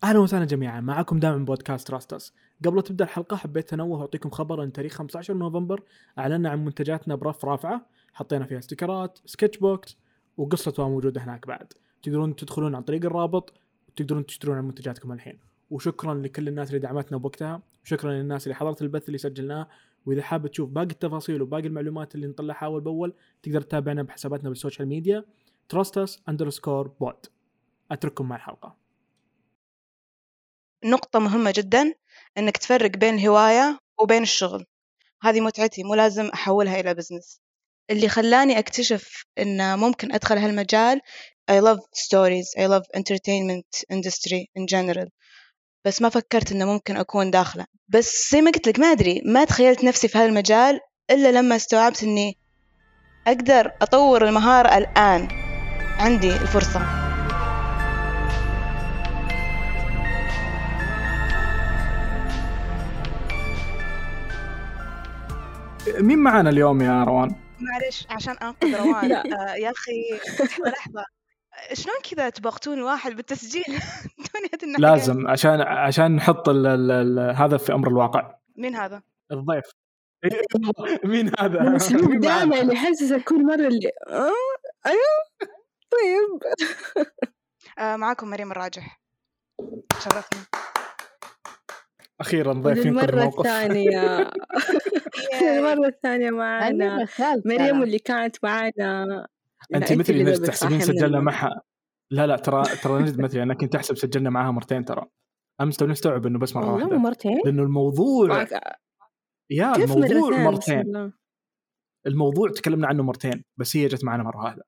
أهلا وسهلا جميعا، معكم دائما بودكاست تراستس. قبل تبدأ الحلقة حبيت أنوه وأعطيكم خبر أن تاريخ 15 نوفمبر أعلنا عن منتجاتنا برف رافعة، حطينا فيها ستيكرات، سكتش بوكس وقصة موجودة هناك بعد. تقدرون تدخلون عن طريق الرابط وتقدرون تشترون عن منتجاتكم الحين. وشكرا لكل الناس اللي دعمتنا بوقتها، وشكرا للناس اللي حضرت البث اللي سجلناه. وإذا حاب تشوف باقي التفاصيل وباقي المعلومات اللي نطلعها أول بأول تقدر تتابعنا بحساباتنا بالسوشيال ميديا trustus_pod. أترككم مع الحلقة. نقطة مهمة جدا إنك تفرق بين الهواية وبين الشغل. هذه متعتي، مو لازم أحولها إلى بزنس. اللي خلاني أكتشف إن ممكن أدخل هالمجال I love stories, I love entertainment industry in general. بس ما فكرت إنه ممكن أكون داخلة. بس زي ما قلت لك، ما أدري، ما تخيلت نفسي في هالمجال إلا لما استوعبت إني أقدر أطور المهارة الآن. عندي الفرصة. مين معنا اليوم يا روان؟ معلش عشان أنقذ روان. يا أخي لحظة، شلون كذا تبغتون واحد بالتسجيل؟ لازم عشان نحط هذا في أمر الواقع. مين هذا؟ الضيف. مين هذا؟ من دائما اللي حاسس كل مرة اللي أيوه طيب. معاكم مريم الراجح، شرفنا. أخيرا ضيف ينقذ الموقف. المرة الثانية معنا مريم اللي كانت معنا. أنت مثلي نجد تحسبين سجلنا معها. لا ترى نجد مثلي أنا كنت أحسب سجلنا معها مرتين. ترى أمس نستوعب إنه بس مرة واحدة. مرتين؟ لأنه الموضوع الموضوع مرتين. الموضوع تكلمنا عنه مرتين، بس هي جت معنا مرة واحدة.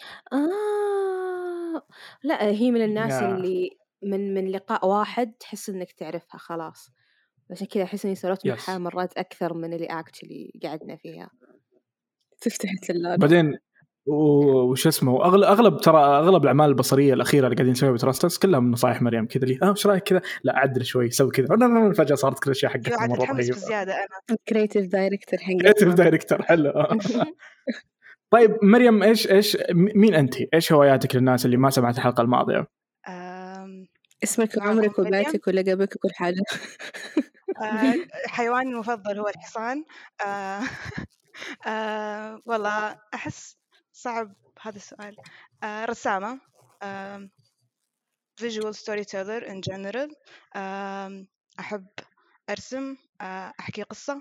لا هي من الناس اللي من لقاء واحد تحس إنك تعرفها خلاص. عشان كذا أحس إني صرت معها مرات أكثر من اللي actually قعدنا فيها. تفتح الثلاجة بعدين وش اسمه، أغلب الأعمال البصرية الأخيرة اللي قاعدين نسويها بتراستس كلها من نصائح مريم كذا لي إيش رأيك كذا، لا عدل شوي سوي كذا. فجأة صارت كل شيء حقتنا مرة رهيبة. زيادة أنا creative director حلو. طيب مريم إيش مين أنت؟ إيش هواياتك للناس اللي ما سمعت الحلقة الماضية؟ اسمك وعمرك وبيتك ولقبك وكل حاجة. حيواني المفضل هو الحصان. والله أحس صعب هذا السؤال. رسامة، visual storyteller in general. أحب أرسم، أحكي قصة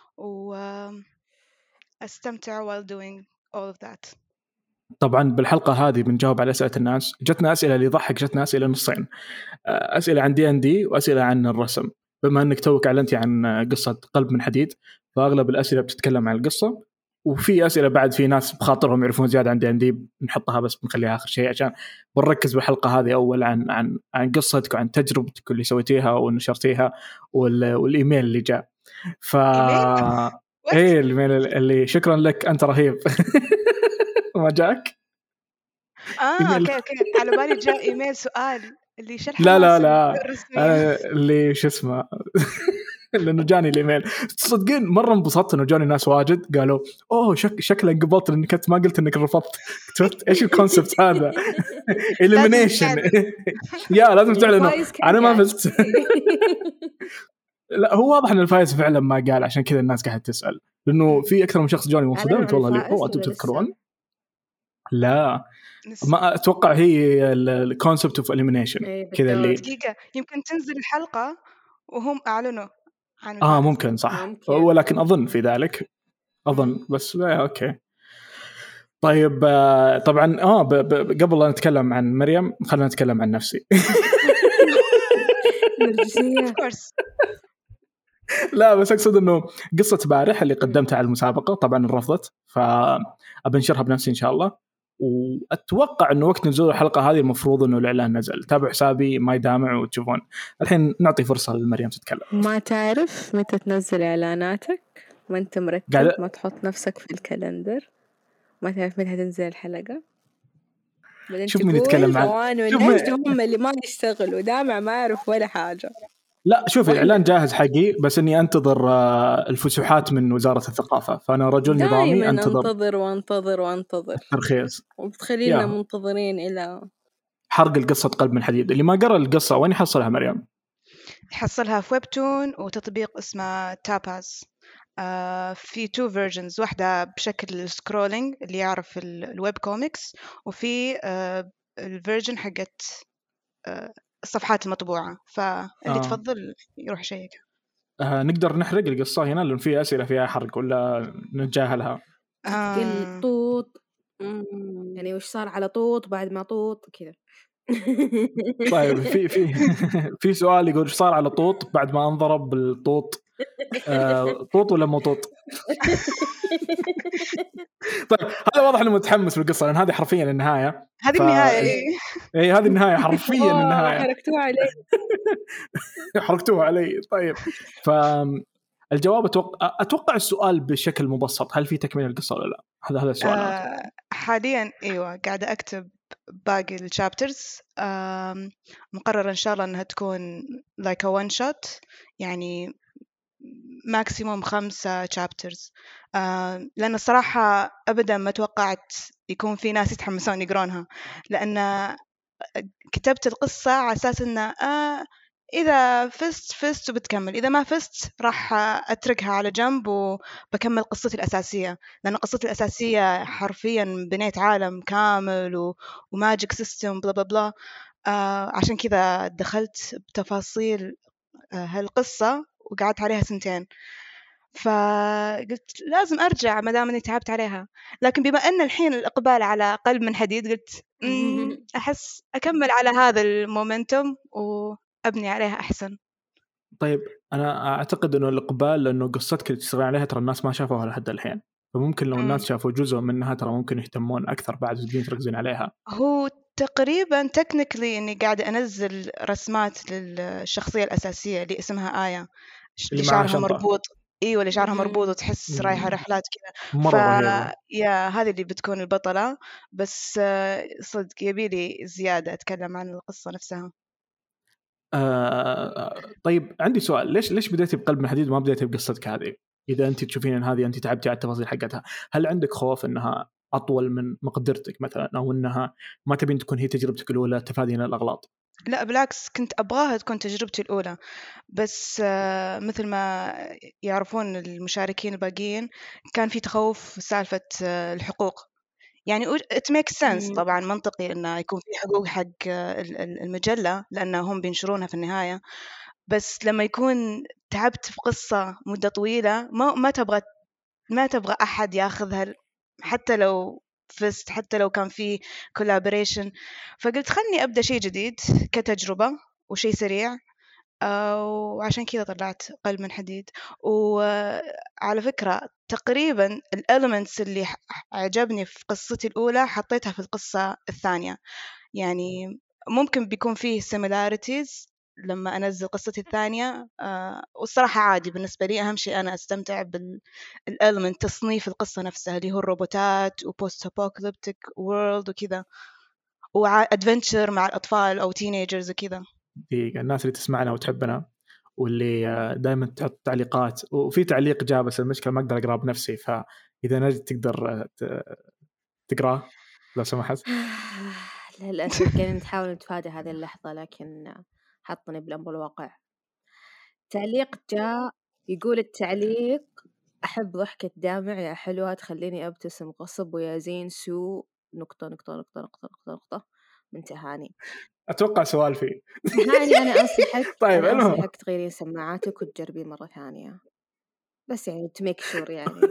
وأستمتع while doing all of that. طبعا بالحلقة هذه بنجاوب على أسئلة الناس. جتنا أسئلة اللي يضحك، جتنا أسئلة نصين، أسئلة عن D&D وأسئلة عن الرسم. بما أنك توك أعلنتي عن قصة قلب من حديد، فأغلب الأسئلة بتتكلم عن القصة، وفي أسئلة بعد في ناس بخاطرهم يعرفون زيادة عن D&D بنحطها بس بنخليها آخر شيء عشان بنركز بالحلقة هذه أول عن قصتك وعن تجربتك اللي سويتيها ونشرتيها والإيميل اللي جاء. إيه الإيميل اللي شكرا لك أنت رهيب. ما جاك؟ اوكي على بالي جاء ايميل سؤال اللي شرح. لا اللي شو اسمه. لانه جاني الايميل تصدقين مره انبسطت انه جاني ناس واجد قالوا اوه شكلك قبلت لانك انت ما قلت انك رفضت. قلت ايش الكونسبت هذا؟ إليمينيشن. يا لازم تعلن انا ما فزت. لا هو واضح ان الفايز فعلا ما قال، عشان كذا الناس قاعده تسال، لانه في اكثر من شخص جاني وصدمت والله اللي هو انتم تذكرون. لا ما اتوقع هي الكونسبت اوف اليمينيشن كذا اللي دقيقه يمكن تنزل الحلقه وهم اعلنوا عن ممكن صح ممكن. ولكن اظن في ذلك اظن بس اوكي. طيب طبعا قبل لا نتكلم عن مريم خلينا نتكلم عن نفسي. لا بس أقصد إنه قصة بارح اللي قدمتها على المسابقة طبعاً رفضت، فأبنشرها بنفسي إن شاء الله. وأتوقع إنه وقت نزول الحلقة هذه المفروض إنه الإعلان نزل. تابعوا حسابي ما يدامع وتشوفون. الحين نعطي فرصة لمريم تتكلم. ما تعرف متى تنزل إعلاناتك ما أنت مرتب، ما تحط نفسك في الكالندر، ما تعرف متى تنزل الحلقة. شوف من يتكلم عن هم اللي ما يشتغلوا، دامع ما يعرف ولا حاجة. لا شوف الإعلان جاهز حقي، بس إني أنتظر الفسحات من وزارة الثقافة، فأنا رجل نظامي أنتظر وأنتظر ترخيص وبتخلينا منتظرين إلى حرق القصة قلب من حديد. اللي ما قرأ القصة وين يحصلها مريم؟ يحصلها في ويبتون وتطبيق اسمه تاباز. في 2 versions، واحدة بشكل سكرولينج اللي يعرف الويب كوميكس، وفي الفيرجن حقت الصفحات المطبوعة، فاللي تفضل يروح يشيك. نقدر نحرق القصة هنا لأن في أسئلة فيها حرق ولا نتجاهلها؟ طوط يعني وش صار على طوط بعد ما طوط كذا. طيب في سؤال يقول ايش صار على طوط بعد ما انضرب بالطوط؟ طوط ولا مو طوط؟ طيب هذا واضح انه متحمس بالقصه لان هذه حرفيا النهايه. هذه النهايه. اي هذه النهايه حرفيا النهايه. حرقتوها علي. طيب فالجواب اتوقع السؤال بشكل مبسط، هل في تكمله القصه ولا لا؟ هذا السؤال. حاليا ايوه قاعده اكتب باقي الشابترز. مقرر ان شاء الله انها تكون like a one shot، يعني ماكسيموم 5 chapters. لأن الصراحة أبدا ما توقعت يكون في ناس يتحمسون يقرونها، لأن كتبت القصة على أساس أن إذا فزت وبتكمل، إذا ما فزت راح أتركها على جنب وبكمل قصتي الأساسية، لأن قصتي الأساسية حرفيا بنيت عالم كامل وماجيك سيستم بلا بلا بلا. عشان كذا دخلت بتفاصيل هالقصة وقعدت عليها 2 سنين، فقلت لازم أرجع ما دام أني تعبت عليها. لكن بما أن الحين الإقبال على قلب من حديد قلت أحس أكمل على هذا المومنتوم وأبني عليها أحسن. طيب أنا أعتقد أنه الإقبال لأنه قصتك اللي تشتغل عليها ترى الناس ما شافوها لحد الحين، فممكن لو الناس شافوا جزء منها ترى ممكن يهتمون أكثر بعد وتبين تركزين عليها. هو تقريبا تكنيكلي إني قاعدة أنزل رسمات للشخصية الأساسية اللي اسمها آية، اللي شعرها مربوط. ايوه اللي شعرها مربوط وتحس رايحه رحلات كذا. يا هذه اللي بتكون البطله، بس صدق يبيلي زياده اتكلم عن القصه نفسها. طيب عندي سؤال، ليش بديتي بقلب من حديد وما بديتي بقصتك هذه؟ اذا انت تشوفين ان هذه انت تعبتي على التفاصيل حقتها، هل عندك خوف انها اطول من مقدرتك مثلا، او انها ما تبين تكون هي تجربتك الاولى تفادين الاغلاط؟ لا بالعكس، كنت أبغاها تكون تجربتي الأولى، بس مثل ما يعرفون المشاركين الباقيين كان في تخوف في سالفة الحقوق. يعني it makes sense طبعا، منطقي إنه يكون في حقوق حق المجلة لأنهم بينشرونها في النهاية، بس لما يكون تعبت في قصة مدة طويلة ما تبغى أحد ياخذها، حتى لو فزت، حتى لو كان في collaboration. فقلت خلني أبدأ شيء جديد كتجربة وشيء سريع، وعشان كذا طلعت قلب من حديد. وعلى فكرة تقريبا الاليمنتس اللي عجبني في قصتي الأولى حطيتها في القصة الثانية، يعني ممكن بيكون فيه similarities لما أنزل قصتي الثانية. والصراحة عادي بالنسبة لي، أهم شيء أنا أستمتع بالإلمنت، تصنيف القصة نفسها اللي هو الروبوتات وبوست أبوكاليبتيك وورلد وكذا، وأدفنتشر مع الأطفال أو تينيجرز وكذا. الناس اللي تسمعنا وتحبنا واللي دائما تحط تعليقات، وفي تعليق جاء بس المشكلة ما أقدر أقرأ بنفسي، فإذا نجد تقدر تقرأ لو سمحت. للأسف قاعدين نحاول نتفادى هذه اللحظة، لكن حطني بالأمر الواقع. تعليق جاء يقول التعليق: أحب ضحكة دامع يا حلوة تخليني أبتسم غصب، ويا زين سوء نقطة نقطة نقطة نقطة نقطة نقطة من تهاني. أتوقع سؤال فيه هاني أنا أنصحك طيب أنا أنصحك تغيرين سماعاتك وتجربين مرة ثانية، بس يعني تميك شور يعني.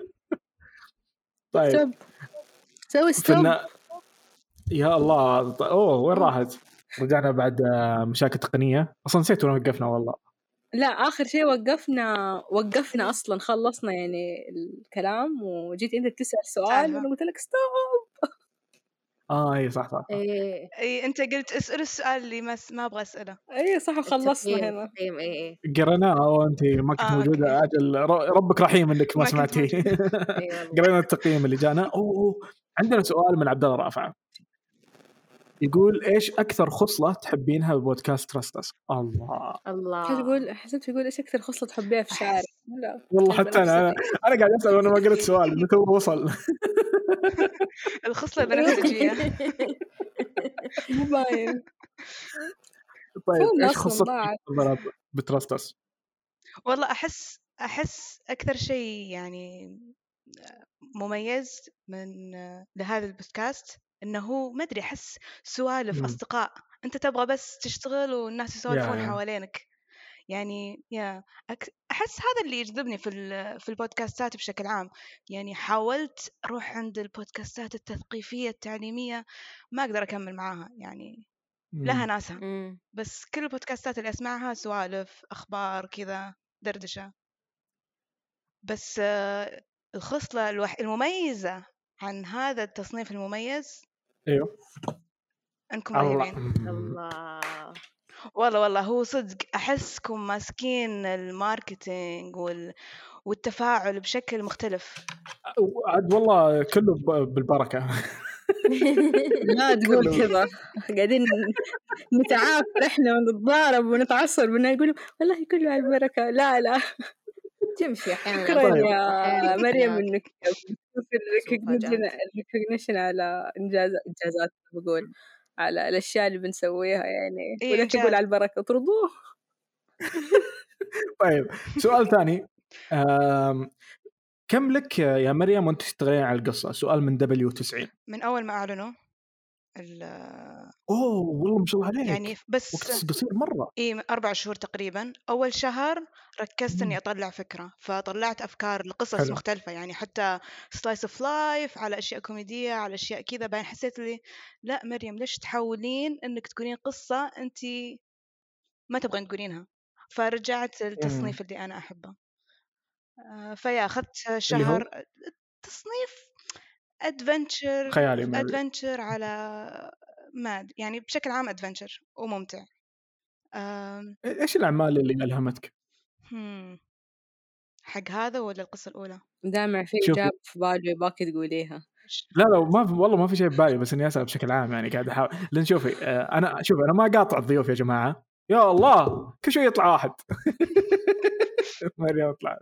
طيب سوي ستوب. يا الله. وين راحت؟ رجعنا بعد مشاكل تقنية، أصلا نسيت وين وقفنا والله. لا آخر شيء وقفنا أصلا خلصنا يعني الكلام، وجيت أنت تسأل سؤال وأنا قلت لك ستوب. اي صح اي انت قلت اسال السؤال اللي ما ابغى اساله. اي صح، خلصنا هنا قريناه وانت ما كنت موجوده. اجل ربك رحيم انك ما سمعتي. قرينا التقييم اللي جانا. عندنا سؤال من عبد الله رافع يقول: ايش اكثر خصله تحبينها ببودكاست تراستس؟ الله حسيت يقول ايش اكثر خصله تحبيها في شعرك؟ لا والله حتى انا قاعد اسال وانا ما قريت سؤال متى وصل. الخصله البنفسجيه. مو باين. طيب ايش خصك بتراستس؟ والله احس اكثر شيء يعني مميز من لهذا البودكاست انه هو ما ادري احس سوالف اصدقاء، انت تبغى بس تشتغل والناس يسولفون حوالينك يعني. احس هذا اللي يجذبني في البودكاستات بشكل عام. يعني حاولت اروح عند البودكاستات التثقيفيه التعليميه ما اقدر اكمل معاها، يعني لها ناسها، بس كل البودكاستات اللي اسمعها سوالف اخبار كذا دردشه. بس الخصله المميزه عن هذا التصنيف المميز ايوه انكم رهيبين. الله والله هو صدق احسكم ماسكين الماركتينج والتفاعل بشكل مختلف. عاد والله كله بالبركه. لا تقول كذا، قاعدين نتعافر احنا ونتضارب ونتعصر ونقول والله كله على البركه. لا تمشي احيانا. شكرا يا مريم انك الريكوجنيشن على انجازات بقول على الاشياء اللي بنسويها يعني. ولا تقول على البركه طردوه. طيب سؤال ثاني، كم لك يا مريم وانت تشتغلين على القصه؟ سؤال من W90. من اول ما اعلنوا اوه والله ما شاء الله عليك، يعني بس وقت قصير مره. 4 شهور تقريبا. اول شهر ركزت اني اطلع فكره، فطلعت افكار لقصص حلو. مختلفه يعني، حتى سلايس اوف لايف، على اشياء كوميديه، على اشياء كذا. بعدين حسيت لي لا مريم ليش تحاولين انك تقولين قصه انت ما تبغين تقولينها؟ فرجعت التصنيف اللي انا احبه. فيا اخذت شهر تصنيف ادفنتشر خيالي، ادفنتشر على ماد يعني بشكل عام ادفنتشر وممتع. ايش الاعمال اللي الهمتك؟ حق هذا ولا القصه الاولى؟ دامع في اجابه في بالي باقي تقوليها. لا ما والله ما في شيء ببالي، بس اني اسال بشكل عام يعني. قاعد احاول لان شوفي انا ما قاطع الضيوف يا جماعه، يا الله كل شوي يطلع واحد. مريم يطلع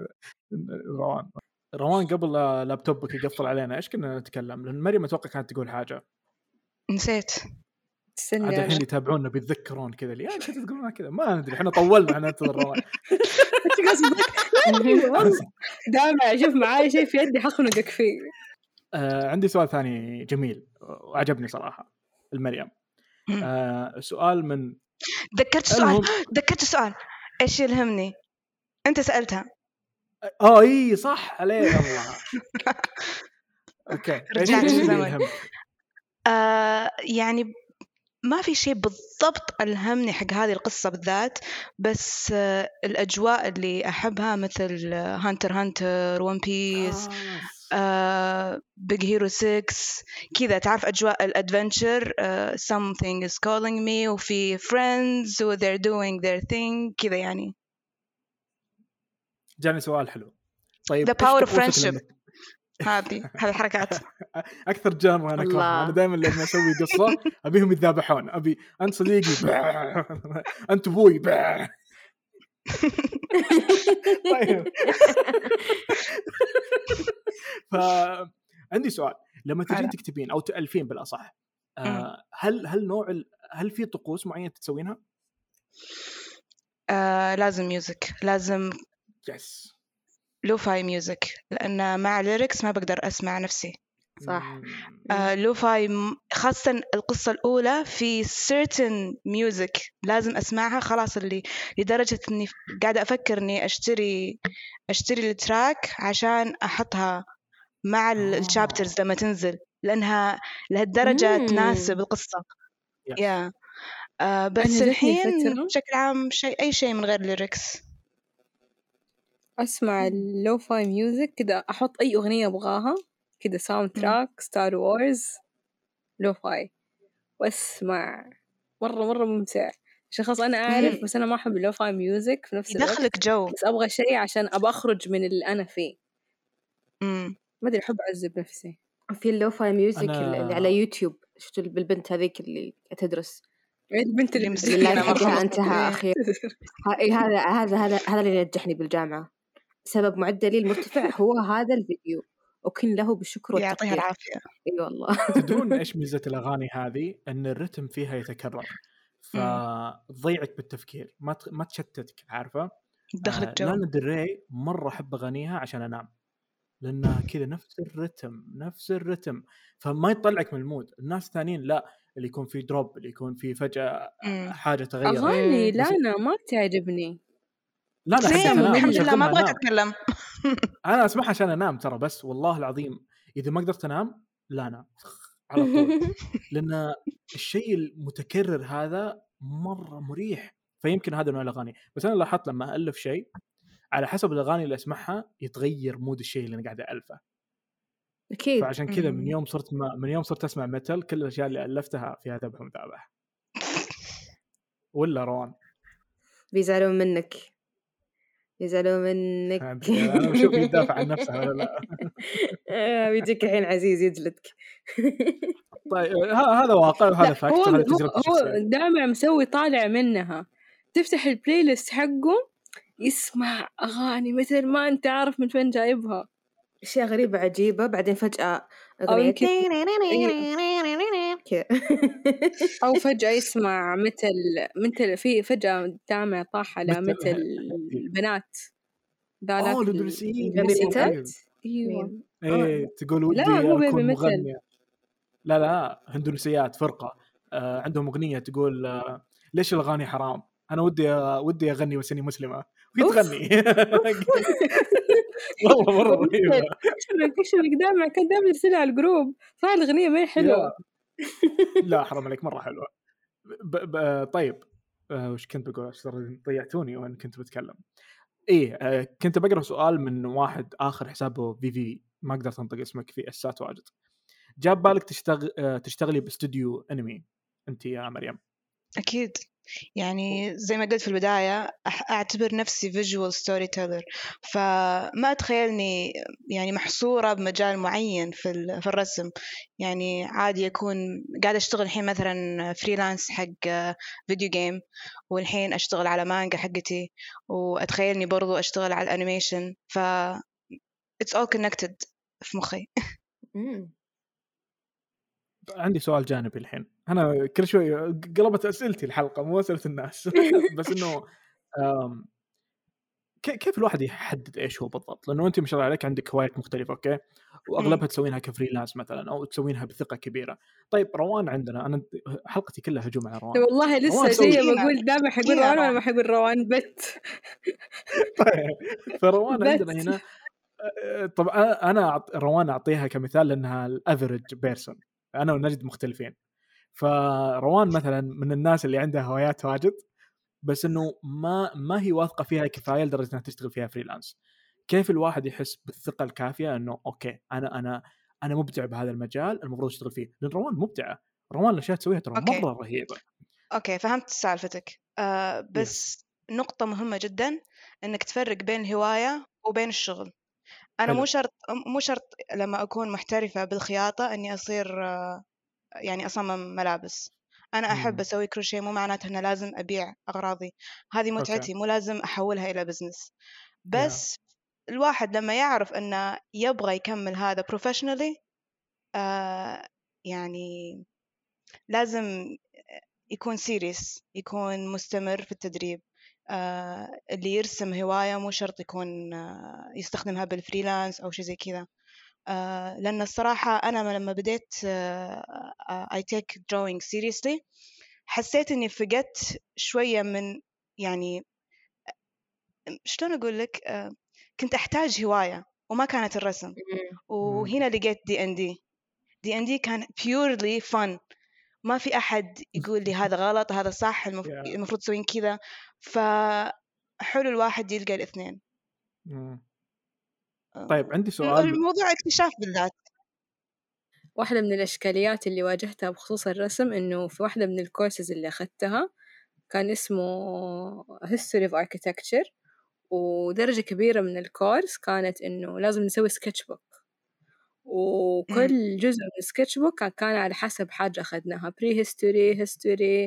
روان قبل لابتوبك يقفل علينا. ايش كنا نتكلم؟ لان مريم اتوقع كانت تقول حاجه نسيت. هذا الحين يتابعونا بيتذكرون كذا اللي كنت تقولون كذا، ما ندري احنا طولنا احنا ننتظر روان. ايش قصدك؟ دامع شوف معاي شيء في يدي حخنقك فيه. عندي سؤال ثاني جميل وعجبني صراحه المريم. سؤال من ذكرت السؤال ايش يلهمني؟ انت سالتها. اي صح عليك الله. اوكي رجعت الزمن. يعني ما في شيء بالضبط ألهمني حق هذه القصة بالذات، بس الأجواء اللي أحبها مثل هانتر ون بيس، بيج هيرو 6 كذا، تعرف أجواء الأدفنتشر. something is calling me، وفي friends و they're doing their thing كذا يعني. جاني سؤال حلو. طيب the power of friendship هذه الحركات اكثر جانر انا اكرهها. انا دائما لما اسوي قصه ابيهم يتذابحون، ابي انت صديقي انت ابوي. طيب فعندي سؤال، لما تجين تكتبين او تألفين بالاصح، هل في طقوس معينه تسوينها؟ لازم ميوزك، لازم لوفاي ميوزك، لأن مع ليركس ما بقدر أسمع نفسي. صح. لوفاي خاصة القصة الأولى في certain music لازم أسمعها خلاص، اللي لدرجة إني قاعدة أفكر إني أشتري التراك عشان أحطها مع الشابترز لما تنزل، لأنها لهالدرجة تناسب القصة. بس الحين بشكل عام أي شيء من غير ليركس. أسمع اللوفاي ميوزك كده، أحط أي أغنية أبغاها كده، ساوند تراك ستار وورز لوفاي، وأسمع مرة ممتع. شخص أنا أعرف بس أنا ما أحب اللوفاي ميوزك في نفس الوقت، يدخلك جو، بس أبغى شيء عشان أبغى أخرج من اللي أنا فيه. ما أدري، أحب أعذب نفسي. في اللوفاي ميوزك اللي على يوتيوب، شفت بالبنت هذيك اللي تدرس، البنت اللي حقها انتهى أخير. هذا اللي نجحني بالجامعة. سبب معدلي المرتفع هو هذا الفيديو، أكن له بالشكر والتقدير. يعطيها العافية. اي والله. تدرون ايش ميزه الاغاني هذه؟ ان الرتم فيها يتكرر فتضيعك بالتفكير، ما تشتتك، عارفه؟ دخلت جو. لانا ديل ري مره احب اغانيها عشان انام، لانها كذا نفس الرتم فما يطلعك من المود. الناس الثانيين لا، اللي يكون في دروب، اللي يكون في فجأة حاجة تغير. أغاني لانا ما تعجبني. لا أنا أحب أنام، الحمد لله ما أشغلها أبغى أنام. أتكلم. أنا أسمعها عشان أنام ترى، بس والله العظيم إذا ما قدرت أنام لا أنام على طول، لأن الشيء المتكرر هذا مرة مريح. فيمكن هذا نوع الأغاني. بس أنا لاحظت لما ألف شيء على حسب الأغاني اللي أسمعها يتغير مود الشيء اللي أنا قاعد ألفه. أكيد. فعشان كذا من يوم صرت أسمع ميتال، كل الأشياء اللي ألفتها فيها ذبح ومذابح. ولا روان بيزعلون منك. أنا بشوف يدافع عن نفسه ولا لا. بيجيك الحين عزيز يجلدك. طيب هذا واقع وهذا فاكت. هو دائما مسوي طالع منها. تفتح البلاي ليست حقه يسمع أغاني مثل ما أنت عارف من فين جايبها، أشياء غريبة عجيبة. بعدين فجأة أغنية أو فجأة يسمع مثل في فجأة دامع طاح على مثل البنات ذلك البنات. أيوة تقول ودي أكون مغنية. لا هندوسيات فرقة عندهم أغنية تقول ليش الأغاني حرام، أنا ودي أغني وسني مسلمة وتغني. والله مرة رهيبة. كشفك دامع كان دائما يرسلها على الجروب. صار الأغنية ما هي حلوة. لا حرام عليك مرة حلوة. طيب وش كنت بقول؟ ضيعتوني وأنا كنت بتكلم. كنت بقرأ سؤال من واحد آخر حسابه في ما أقدر تنطق اسمك في أسات واجد. جاب بالك تشتغلي باستوديو أنمي أنت يا مريم؟ أكيد، يعني زي ما قلت في البداية أعتبر نفسي visual storyteller، فما أتخيلني يعني محصورة بمجال معين في الرسم. يعني عادي أكون قاعدة أشتغل الحين مثلا فريلانس حق فيديو جيم، والحين أشتغل على مانجا حقتي، وأتخيلني برضو أشتغل على الأنيميشن. ف it's all connected في مخي. عندي سؤال جانبي الحين. أنا كل شوي قلبت أسئلتي الحلقة مو أسئلة الناس. بس إنه كيف الواحد يحدد إيش هو بالضبط؟ لأنه أنت ما شاء الله عليك عندك هوايات مختلفة، أوكي، وأغلبها تسوينها كفريلانس مثلا أو تسوينها بثقة كبيرة. طيب روان عندنا، أنا حلقتي كلها هجوم على روان. والله لسه شيء بقول دائما حقول روان ولا ما حقول روان بت. طيب فروان عندنا هنا. طب أنا روان أعطيها كمثال لأنها الأفريج بيرسون، أنا ونجد مختلفين. فروان مثلا من الناس اللي عندها هوايات واجد، بس إنه ما هي واثقة فيها كفاية لدرجة أنها تشتغل فيها فريلانس. كيف الواحد يحس بالثقة الكافية إنه أوكي أنا مبدع بهذا المجال، المفروض أشتغل فيه؟ لأن روان مبدعة، روان الأشياء تسويها ترى مرة رهيبة. أوكي فهمت سالفتك. بس نقطة مهمة جدا إنك تفرق بين الهواية وبين الشغل. أنا مو شرط لما أكون محترفة بالخياطة إني أصير يعني أصمم ملابس. أنا أحب أسوي كروشيه، مو معناته أنه لازم أبيع أغراضي. هذه متعتي، مو لازم أحولها إلى بزنس. بس الواحد لما يعرف أنه يبغى يكمل هذا professionally يعني لازم يكون serious، يكون مستمر في التدريب. اللي يرسم هواية مو شرط يكون يستخدمها بالفريلانس أو شيء زي كذا. لأن الصراحة أنا لما بديت I take drawing seriously حسيت إني فقدت شوية من، يعني شلون أقول لك، كنت أحتاج هواية وما كانت الرسم. وهنا لقيت D&D كان purely fun، ما في أحد يقول لي هذا غلط هذا صح، المفروض تسوين كذا. فحلو الواحد يلقى الاثنين. طيب عندي سؤال. الموضوع اكتشاف بالذات. واحدة من الإشكاليات اللي واجهتها بخصوص الرسم إنه في واحدة من الكورسز اللي أخذتها كان اسمه History of Architecture، ودرجة كبيرة من الكورس كانت إنه لازم نسوي سكتش بوك، وكل جزء من السكتش بوك كان على حسب حاجة أخذناها prehistory، history،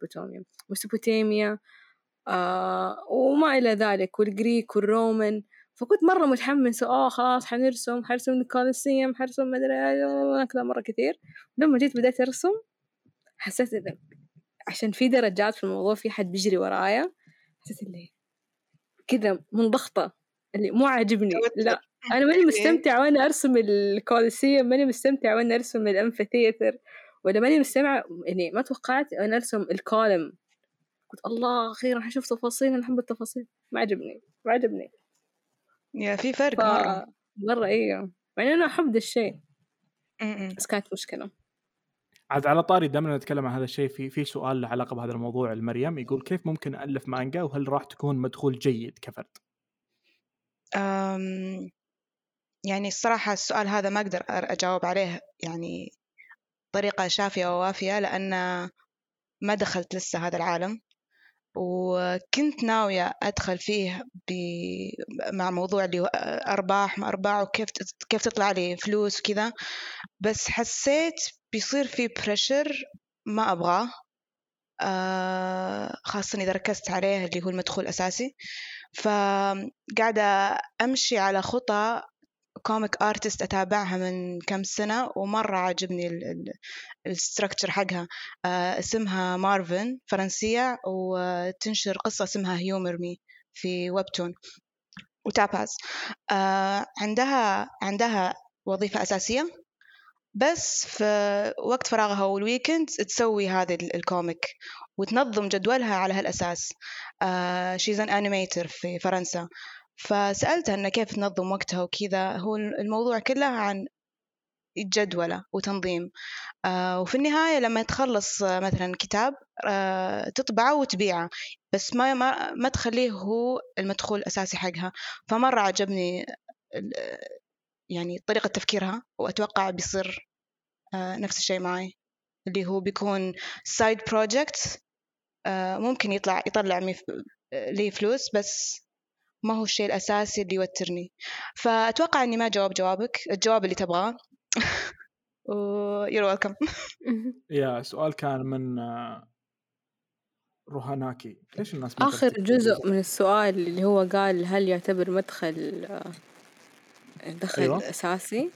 الميسوبوتاميا وما إلى ذلك، والجريك والرومان. فكنت مرة متحمسة خلاص حرسم الكولوسيوم، حرسم مدري كذا مرة كثير. لما جيت بدأت أرسم حسيت إنه عشان في درجات في الموضوع، في حد بيجري ورايا، حسيت اللي كذا منضغطة، اللي مو عاجبني. لا أنا ماني مستمتع وأنا أرسم الكولوسيوم، ماني مستمتع وأنا أرسم الأمفيثياتر، ولا ماني مستمع يعني. ما توقعت أنا أرسم الكولم، قلت الله أخيرا حشوف تفاصيل، أنا أحب التفاصيل. ما عجبني يا في فرق مرة إيه، يعني أنا أحب ده الشيء بس كانت مشكلة. عاد على طاري دائما نتكلم عن هذا الشيء، في سؤال له علاقة بهذا الموضوع المريم، يقول كيف ممكن ألف مانجا وهل راح تكون مدخول جيد كفرد؟ يعني الصراحة السؤال هذا ما أقدر أجاوب عليه يعني طريقة شافية ووافية، لأن ما دخلت لسه هذا العالم، وكنت ناوية أدخل فيه مع موضوع اللي أرباح ما أرباح وكيف تطلع لي فلوس وكذا، بس حسيت بيصير في بريشر ما أبغاه، خاصة إذا ركزت عليه اللي هو المدخول الأساسي. فقاعدة أمشي على خطى كوميك آرتست أتابعها من كم سنة، ومرة عجبني الستركتشر حقها. اسمها مارفن، فرنسية، وتنشر قصة اسمها هيومر مي في ويبتون وتاباز. عندها وظيفة أساسية، بس في وقت فراغها والويكند تسوي هذه الكوميك وتنظم جدولها على هالأساس. she's an animator في فرنسا، فسألتها أنه كيف تنظم وقتها وكذا. هو الموضوع كله عن جدولة وتنظيم. وفي النهاية لما تخلص مثلا كتاب تطبعه وتبيعه، بس ما تخليه هو المدخول الأساسي حقها. فمرة عجبني يعني طريقة تفكيرها، وأتوقع بيصير نفس الشيء معي، اللي هو بيكون side project ممكن يطلع لي فلوس، بس ما هو الشيء الأساسي اللي يوترني. فأتوقع أني ما جوابك الجواب اللي تبغاه. you're welcome. يا سؤال كان من روهاناكي، ليش الناس آخر جزء من السؤال اللي هو قال هل يعتبر دخل أيوة. أساسي؟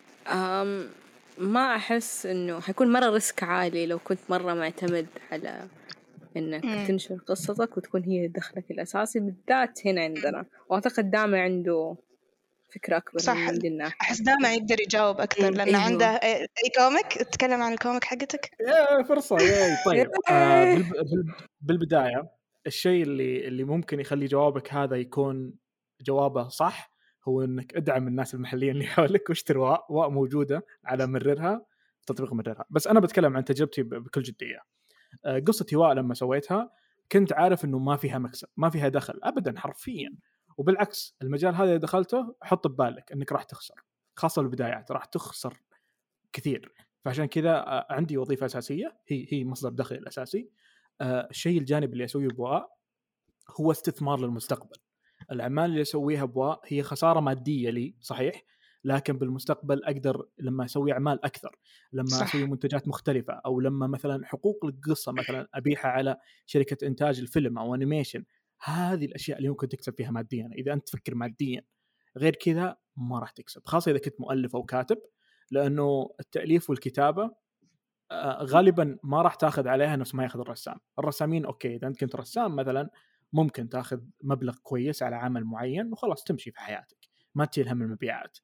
ما أحس إنه حيكون مرة ريسك عالي لو كنت مرة معتمد على إنك تنشر قصتك وتكون هي دخلك الأساسي، بالذات هنا عندنا. وأعتقد دامع عنده فكرة أكبر صح. من دينا. أحس دامع يقدر يجاوب أكثر لأن عنده أي كوميك. تتكلم عن الكوميك حقتك. فرصة. طيب بالبداية الشيء اللي ممكن يخلي جوابك هذا يكون جوابه صح هو إنك ادعم الناس المحليين اللي حولك واشتري واء موجودة على مررها، تطبيق مررها. بس أنا بتكلم عن تجربتي بكل جدية. قصة واء لما سويتها كنت عارف إنه ما فيها مكسب، ما فيها دخل أبدا حرفيا، وبالعكس المجال هذا دخلته حط ببالك إنك راح تخسر، خاصة البدايات راح تخسر كثير. فعشان كذا عندي وظيفة أساسية هي مصدر دخل الأساسي. الشيء الجانبي اللي أسويه بواء هو استثمار للمستقبل. الأعمال اللي أسويها بواء هي خسارة مادية لي صحيح، لكن بالمستقبل أقدر لما أسوي أعمال أكثر، لما أسوي منتجات مختلفة، أو لما مثلا حقوق القصة مثلا أبيعها على شركة إنتاج الفيلم أو أنيميشن، هذه الأشياء اللي ممكن تكسب فيها ماديا. إذا أنت تفكر ماديا غير كذا ما راح تكسب، خاصة إذا كنت مؤلف أو كاتب، لأنه التأليف والكتابة غالبا ما راح تاخذ عليها نفس ما ياخذ الرسامين. أوكي إذا أنت كنت رسام مثلا ممكن تاخذ مبلغ كويس على عمل معين وخلاص تمشي في حياتك، ما تشيل هم المبيعات.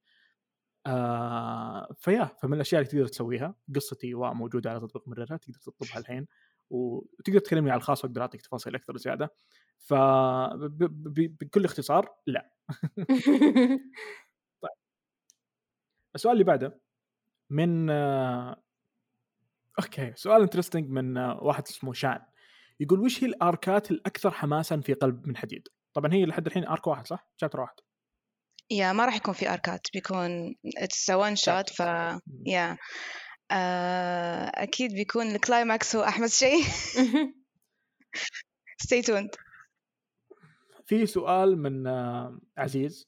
فمن الأشياء اللي تقدر تسويها قصتي موجودة على تطبيق مررها، تقدر تطلبها الحين وتقدر تكلمني على الخاص وأقدر أعطيك تفاصيل أكثر زيادة. بكل اختصار لا. طيب السؤال اللي بعده من اوكي سؤال انترستينج من واحد اسمه شان، يقول وش هي الاركات الاكثر حماسا في قلب من حديد؟ طبعا هي لحد الحين ارك واحد صح؟ شابتر واحد. يا ما راح يكون في اركات، بيكون اتس وان شوت. ف يا اكيد بيكون الكلايماكس هو احمد شيء. stay tuned. في سؤال من عزيز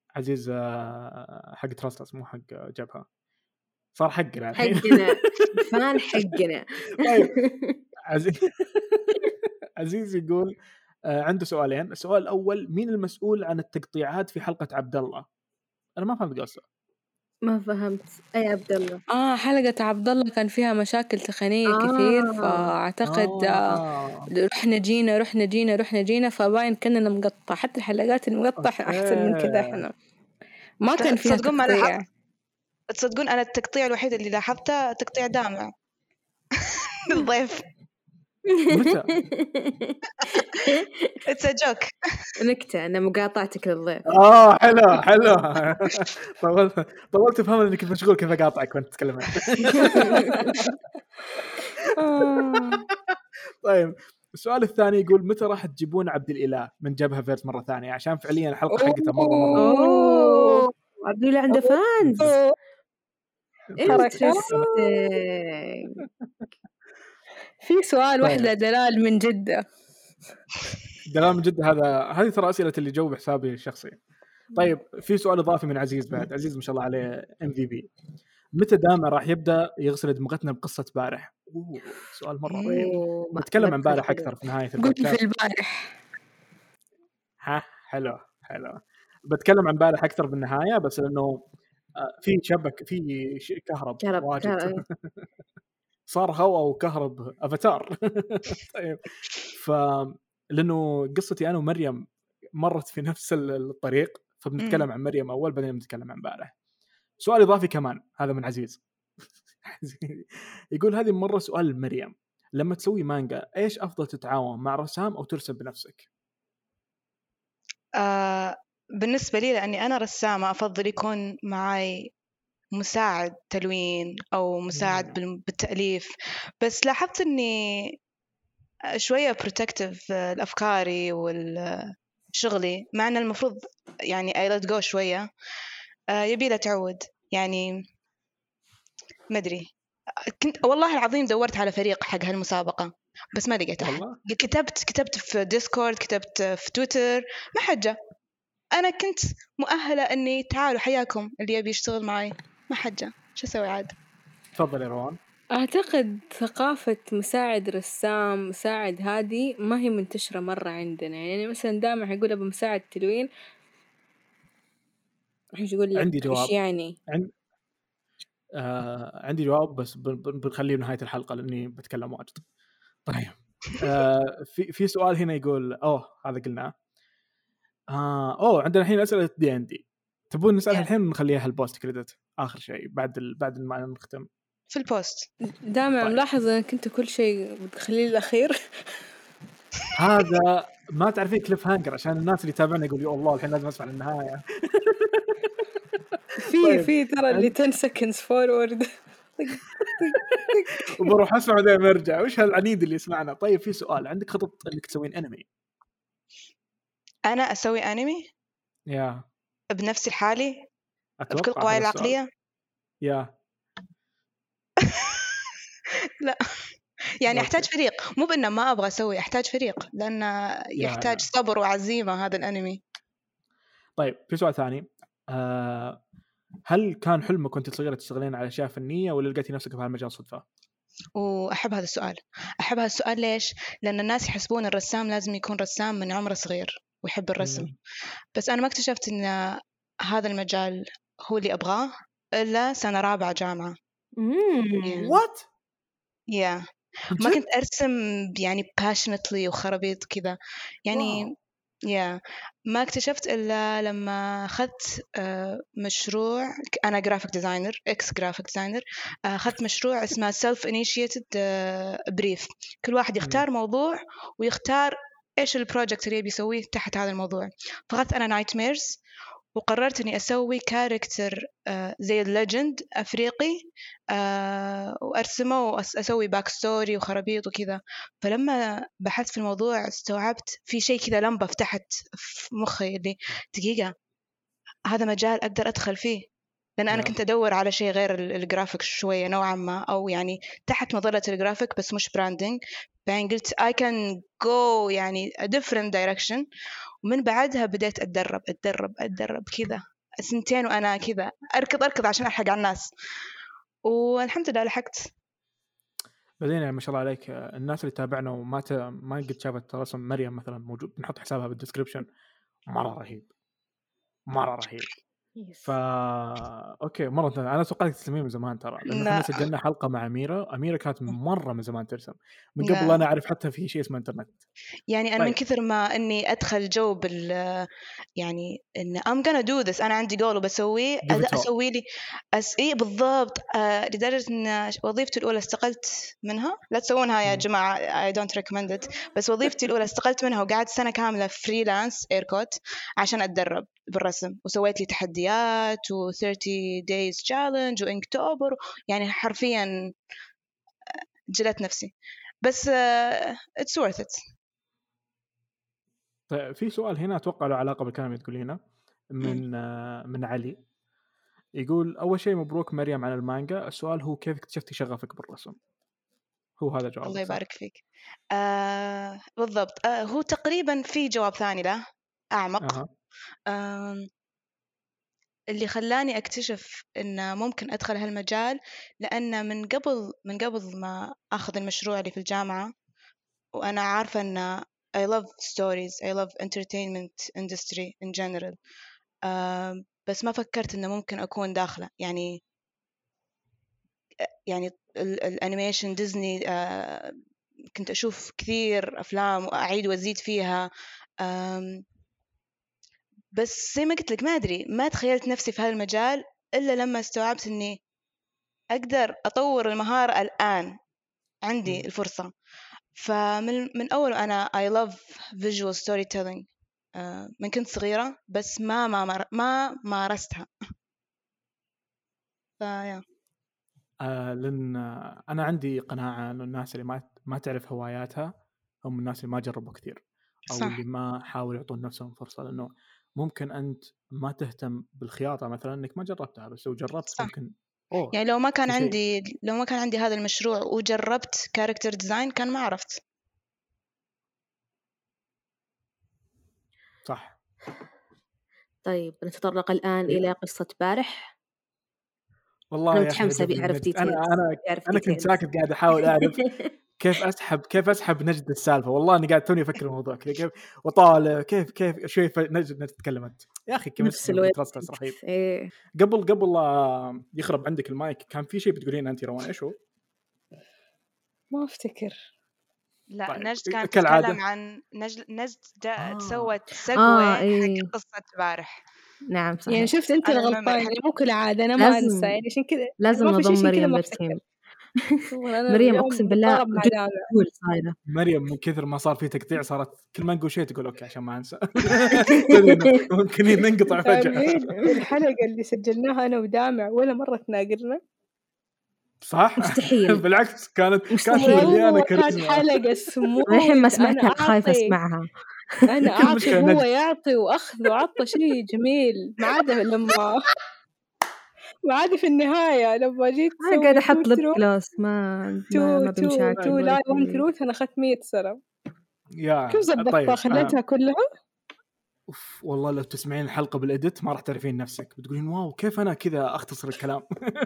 حق تراستس مو حق جبهة، صار حقنا الحين. حقنا فان حقنا. طيب عزيز يقول عنده سؤالين. السؤال الأول: مين المسؤول عن التقطيعات في حلقة عبد الله؟ أنا ما فهمت قصة. ما فهمت أي عبد الله. حلقة عبد الله كان فيها مشاكل تقنية كثير، فأعتقد رحنا جينا فباين كأننا مقطع. حتى الحلقات المقطع أحسن من كذا. إحنا ما كان فيها تقطيع. تصدقون أنا التقطيع الوحيد اللي لاحظته تقطيع دامع الضيف. متى؟ It's a joke. نكتة أنا مقاطعتك للضيف. حلو. طولت فهم إنك مشغول كيف أقاطعك وأنت تتكلم. طيب السؤال الثاني يقول: متى راح تجيبون عبد الإله من جبهة فيرس مرة ثانية؟ عشان فعليا الحلقة حقتها مرة عبد الإله عنده فانز. في سؤال واحدة دلال من جدة. دلال من جدة هذه ترى أسئلة اللي جو بحسابي الشخصي. طيب في سؤال إضافي من عزيز بعد. عزيز ما شاء الله عليه MVP. متى دامع راح يبدأ يغسل دمغتنا بقصة بارح؟ سؤال مرة رهيب. بتكلم عن بارح أكثر في نهاية البودكاست. في البارح. حلو. بتكلم عن بارح أكثر بالنهاية، بس لأنه في كهرب واجد. صار هواء وكهرب أفاتار. طيب لأنه قصتي أنا ومريم مرت في نفس الطريق، فبنتكلم عن مريم أول بعدين بنتكلم عن بارح. سؤال إضافي كمان هذا من عزيز. يقول: هذه مرة سؤال مريم، لما تسوي مانجا إيش أفضل تتعاون مع رسام أو ترسم بنفسك؟ بالنسبة لي لأني أنا رسامة أفضل يكون معي مساعد تلوين أو مساعد بالتأليف. بس لاحظت أني شوية protective الأفكاري والشغلي، مع أن المفروض يعني I let go شوية. يبي لا تعود يعني ما أدري. كنت والله العظيم دورت على فريق حق هالمسابقة بس ما لقيت أحد. كتبت في ديسكورد، كتبت في تويتر، ما حد جاء. أنا كنت مؤهلة أني تعالوا حياكم اللي يبي يشتغل معي، ما حد جاء. شو أسوي عاد؟ تفضل يا روان. أعتقد ثقافة مساعد رسام، مساعد هذه ما هي منتشرة مرة عندنا. يعني مثلا دائما يقول أبو مساعد تلوين، يقول عندي جواب. إيش يعني؟ عندي جواب بس بنخليه نهاية الحلقة لأني بتكلم واجد. طيب في سؤال هنا يقول هذا قلناه. عندنا الحين أسئلة D&D. تبون نسألها الحين ونخليها البوست كريدت آخر شيء بعد ما نختم في البوست. دائما ملاحظ أنك أنت كل شيء بتخليه الأخير. هذا ما تعرفين كليف هانجر عشان الناس اللي يتابعنا يقول يا الله الحين لازم أسمع للنهاية. في ترى اللي 10 seconds forward وبروح أسمع دائما أرجع. وش هالعنيد اللي يسمعنا؟ طيب في سؤال: عندك خطط إنك تسوين أنمي؟ أنا أسوي أنمي بنفسي الحالي بكل قواي العقلية؟ لا يعني أحتاج فريق، مو بأنه ما أبغى أسوي، أحتاج فريق لأن يحتاج صبر وعزيمة هذا الأنمي. طيب في سؤال ثاني: هل كان حلمك وانت صغيرة تشتغلين على أشياء فنية ولا لقيتي نفسك في هالمجال صدفة؟ وأحب هذا السؤال. ليش؟ لأن الناس يحسبون الرسام لازم يكون رسام من عمر صغير ويحب الرسم. بس أنا ما اكتشفت أن هذا المجال هو اللي أبغاه إلا سنة رابعة جامعة. What؟ ما كنت أرسم يعني passionately وخربيط كذا يعني. ما اكتشفت إلا لما أخذت مشروع. أنا graphic designer. أخذت مشروع اسمه self-initiated brief. كل واحد يختار موضوع ويختار إيش البروجكت اللي بيسويه تحت هذا الموضوع. فأخذت أنا nightmares وقررت أني أسوي كاركتر زي الليجند أفريقي وأرسمه وأسوي باك ستوري وخرابيط وكذا. فلما بحثت في الموضوع استوعبت في شيء كذا لمبة فتحت في مخي اللي دقيقة هذا مجال أقدر أدخل فيه. لأن أنا كنت أدور على شيء غير الجرافيك شوية نوعا ما، أو يعني تحت مظلة الجرافيك بس مش براندينج. فين قلت I can go يعني a different direction. ومن بعدها بديت أتدرب كذا 2 وأنا كذا أركض عشان ألحق على الناس، والحمد لله لحقت. بعدين يعني ما شاء الله عليك، الناس اللي تابعنا ما قد شافت رسم مريم مثلا موجود، بنحط حسابها بالديسكربشن. مرة رهيب مرة رهيب. اوكي مرة انا توقعت تسلمين من زمان ترى، لانه احنا سجلنا حلقة مع أميرة كانت مرة من زمان ترسم، من قبل انا اعرف حتى في شيء اسمه انترنت. يعني انا من كثر ما اني ادخل جو بال يعني ان I'm gonna do this، انا عندي جول وبسويه، اسوي لي ايه بالضبط. لدرجة ان وظيفتي الاولى استقلت منها، لا تسوونها يا جماعة، I don't recommend it. بس وظيفتي الاولى استقلت منها وقعدت سنة كاملة فريلانس ايركوت عشان اتدرب بالرسم، وسويت لي تحديات و30 days challenge وانكتوبر، يعني حرفيا جلت نفسي، بس it's worth it. طيب في سؤال هنا اتوقع له علاقه بالكلام اللي تقولينه من علي، يقول اول شيء مبروك مريم على المانجا، السؤال هو كيف اكتشفتي شغفك بالرسم؟ هو هذا جواب. الله يبارك فيك. بالضبط. هو تقريبا في جواب ثاني له اعمق. اللي خلاني اكتشف ان ممكن ادخل هالمجال، لان من قبل ما اخذ المشروع اللي في الجامعه، وانا عارفه ان I love stories, I love entertainment industry in general. بس ما فكرت إنه ممكن أكون داخلة، يعني الأنيميشن ديزني، كنت أشوف كثير أفلام وأعيد وأزيد فيها، بس زي ما قلت لك ما أدري، ما تخيلت نفسي في هالمجال إلا لما استوعبت إني أقدر أطور المهارة الآن، عندي الفرصة. فمن أول أنا I love visual storytelling من كنت صغيرة، بس ما مارستها. فيا لأن أنا عندي قناعة إنه الناس اللي ما تعرف هواياتها هم الناس اللي ما جربوا كثير، أو صح. اللي ما حاولوا يعطون نفسهم فرصة، لأنه ممكن أنت ما تهتم بالخياطة مثلا إنك ما جربتها، بس لو جربت صح. ممكن يعني لو ما كان عندي هذا المشروع وجربت كاركتر ديزاين كان ما عرفت. صح. طيب نتطرق الآن إلى قصة بارح. والله أنا متحمسة بأعرف ديتيلز. أنا كنت ساكت قاعد أحاول أعرف كيف أسحب نجد السالفة. والله أني قاعد توني أفكر الموضوع كيف وطالع كيف شوي نجد تكلمت يا أخي كيف نفس الوقت رهيب. قبل يخرب عندك المايك كان في شيء بتقولين أنت روان، إيش هو؟ ما أفتكر. لا طيب. نجد كانت تتكلم عن نجد سوت سقوة حق قصة بارح. نعم صحيح. يعني شفت أنت الغلطان، يعني مو كل عادة أنا ما أنسى، يعني عشان كذا لازم أضم مريم للتيم. مريم أقسم بالله صايرة. مريم من كثر ما صار في تقطيع صارت كل ما نقول شيء تقول أوكي عشان ما أنسى. ممكن ننقطع فجأة. الحلقة اللي سجلناها أنا ودامع ولا مرة تناقرنا. صح مستحيل. بالعكس كانت مليانة كانت حلقة سموث. الحين ما سمعتها خايفة اسمعها. أنا أعطي وهو يعطي وأخذ وعطى شيء جميل، ما عاد في النهاية لما جيت أنا قاعدة أحط لب كلاس ما بمشاكل. تو لا 1 تروث أنا أخذت 100 سنة. كيف زبطتها؟ طيب. خليتها كلها. والله لو تسمعين الحلقة بالإديت ما راح تعرفين نفسك، بتقولين واو كيف أنا كذا أختصر الكلام.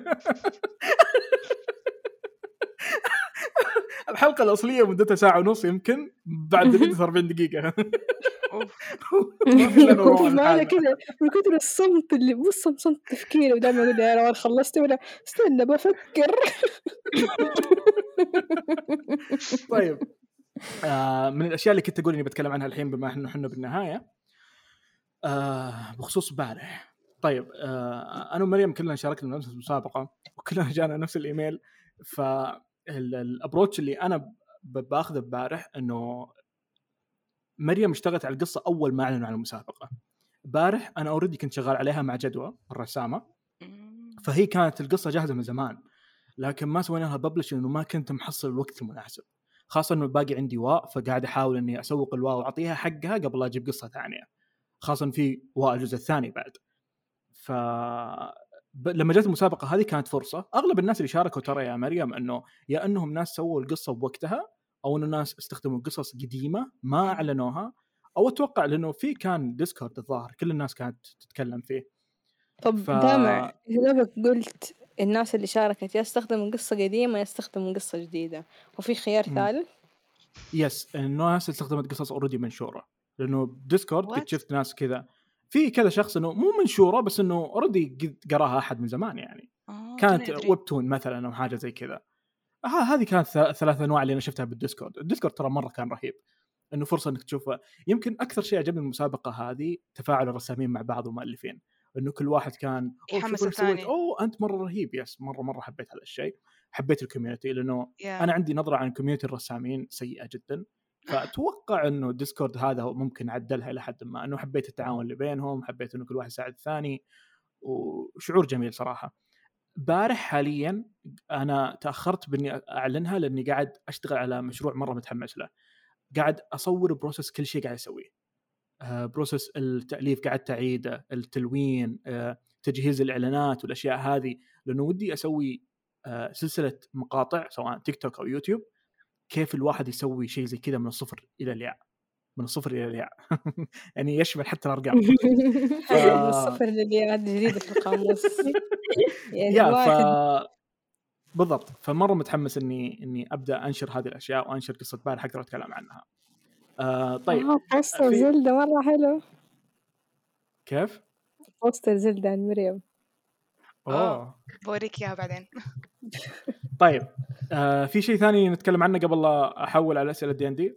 الحلقة الأصلية مدتها ساعة ونص يمكن، بعد الإديت 40 دقيقة. ما كذا من كثر الصمت اللي مو صمت تفكير، ودائما يقول لي أنا خلصت ولا استنى بفكر. طيب من الأشياء اللي كنت أقول إني بتكلم عنها الحين بما إنه إحنا بالنهاية بخصوص بارح. طيب أنا ومريم كلنا شاركنا نفس المسابقة وكلنا جانا نفس الإيميل. فالأبروتش اللي أنا باخذه بارح إنه مريم اشتغلت على القصة أول ما أعلنوا عن المسابقة. بارح أنا أوريدي كنت شغال عليها مع جدوى الرسامة، فهي كانت القصة جاهزة من زمان، لكن ما سوينا لها ببلش لأنه ما كنت محصل الوقت المناسب، خاصة إنه باقي عندي واء، فقاعد أحاول إني أسوق الواء وأعطيها حقها قبل لا أجيب قصة ثانية، خاصة في واء الجزء الثاني بعد. لما جت المسابقة هذه كانت فرصة. أغلب الناس اللي شاركوا ترى يا مريم إنه يا أنهم ناس سووا القصة بوقتها، أو إنه ناس استخدموا قصص قديمة ما أعلنوها، أو أتوقع لأنه في كان ديسكورد الظاهر كل الناس كانت تتكلم فيه. طب دامع إذا قلت الناس اللي شاركت يستخدمون قصة قديمة يستخدمون قصة جديدة وفي خيار ثالث؟ يس الناس استخدمت قصص اوريدي منشورة، لأنه ديسكورد قد شفت ناس كذا في كذا شخص إنه مو منشورة بس إنه اوريدي قراها أحد من زمان يعني كانت ويبتون مثلا أو حاجة زي كذا. هذه كانت 3 أنواع اللي أنا شفتها بالديسكورد. الديسكورد ترى مرة كان رهيب، إنه فرصة إنك تشوفها. يمكن أكثر شيء عجبني المسابقة هذه تفاعل الرسامين مع بعض ومؤلفين، إنه كل واحد كان يحمس الثاني. أنت مرة رهيب. يس مرة حبيت هذا الشيء. حبيت الكوميونتي لأنه أنا عندي نظرة عن كوميونتي الرسامين سيئة جدا، فأتوقع إنه ديسكورد هذا ممكن عدلها إلى حد ما. إنه حبيت التعاون اللي بينهم، حبيت إنه كل واحد يساعد الثاني، وشعور جميل صراحة. بارح حاليا أنا تأخرت بإني أعلنها لأني قاعد أشتغل على مشروع مرة متحمس له. قاعد أصور بروسس كل شيء قاعد أسويه، بروسس التأليف قاعد تعيده، التلوين، تجهيز الإعلانات والأشياء هذه، لأنه ودي أسوي سلسلة مقاطع سواء تيك توك أو يوتيوب كيف الواحد يسوي شيء زي كذا من الصفر إلى الياء. من الصفر إلى الياء يعني يشمل حتى الأرقام. من الصفر للياء جديدة في القاموس. بالضبط. فمرة متحمس إني أبدأ أنشر هذه الأشياء وأنشر قصة بارح أقدر أتكلم عنها. طيب بوستر زلدة مرة حلو. كيف؟ بوستر زلدة عن مريم. بوريك إياها بعدين. طيب في شيء ثاني نتكلم عنه قبل لا أحول على أسئلة D&D؟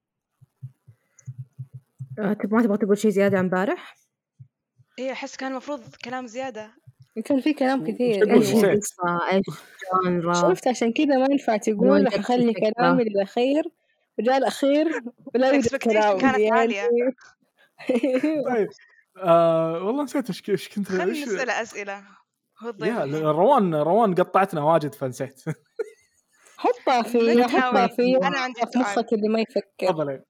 ما تبغى تقول شيء زيادة عن بارح؟ إيه أحس كان المفروض كلام زيادة. كان في كلام كثير. إيش شفت عشان كذا ما ينفع تقول أخلي كلامي للأخير وجاء الأخير ولا يوجد كلام كانت عالية. طيب والله نسيت إيش كنت خلنا نسأل أسئلة. يا روان قطعتنا واجد فنسيت. حطها في أنا عندي مخك اللي ما يفكر. تفضلي.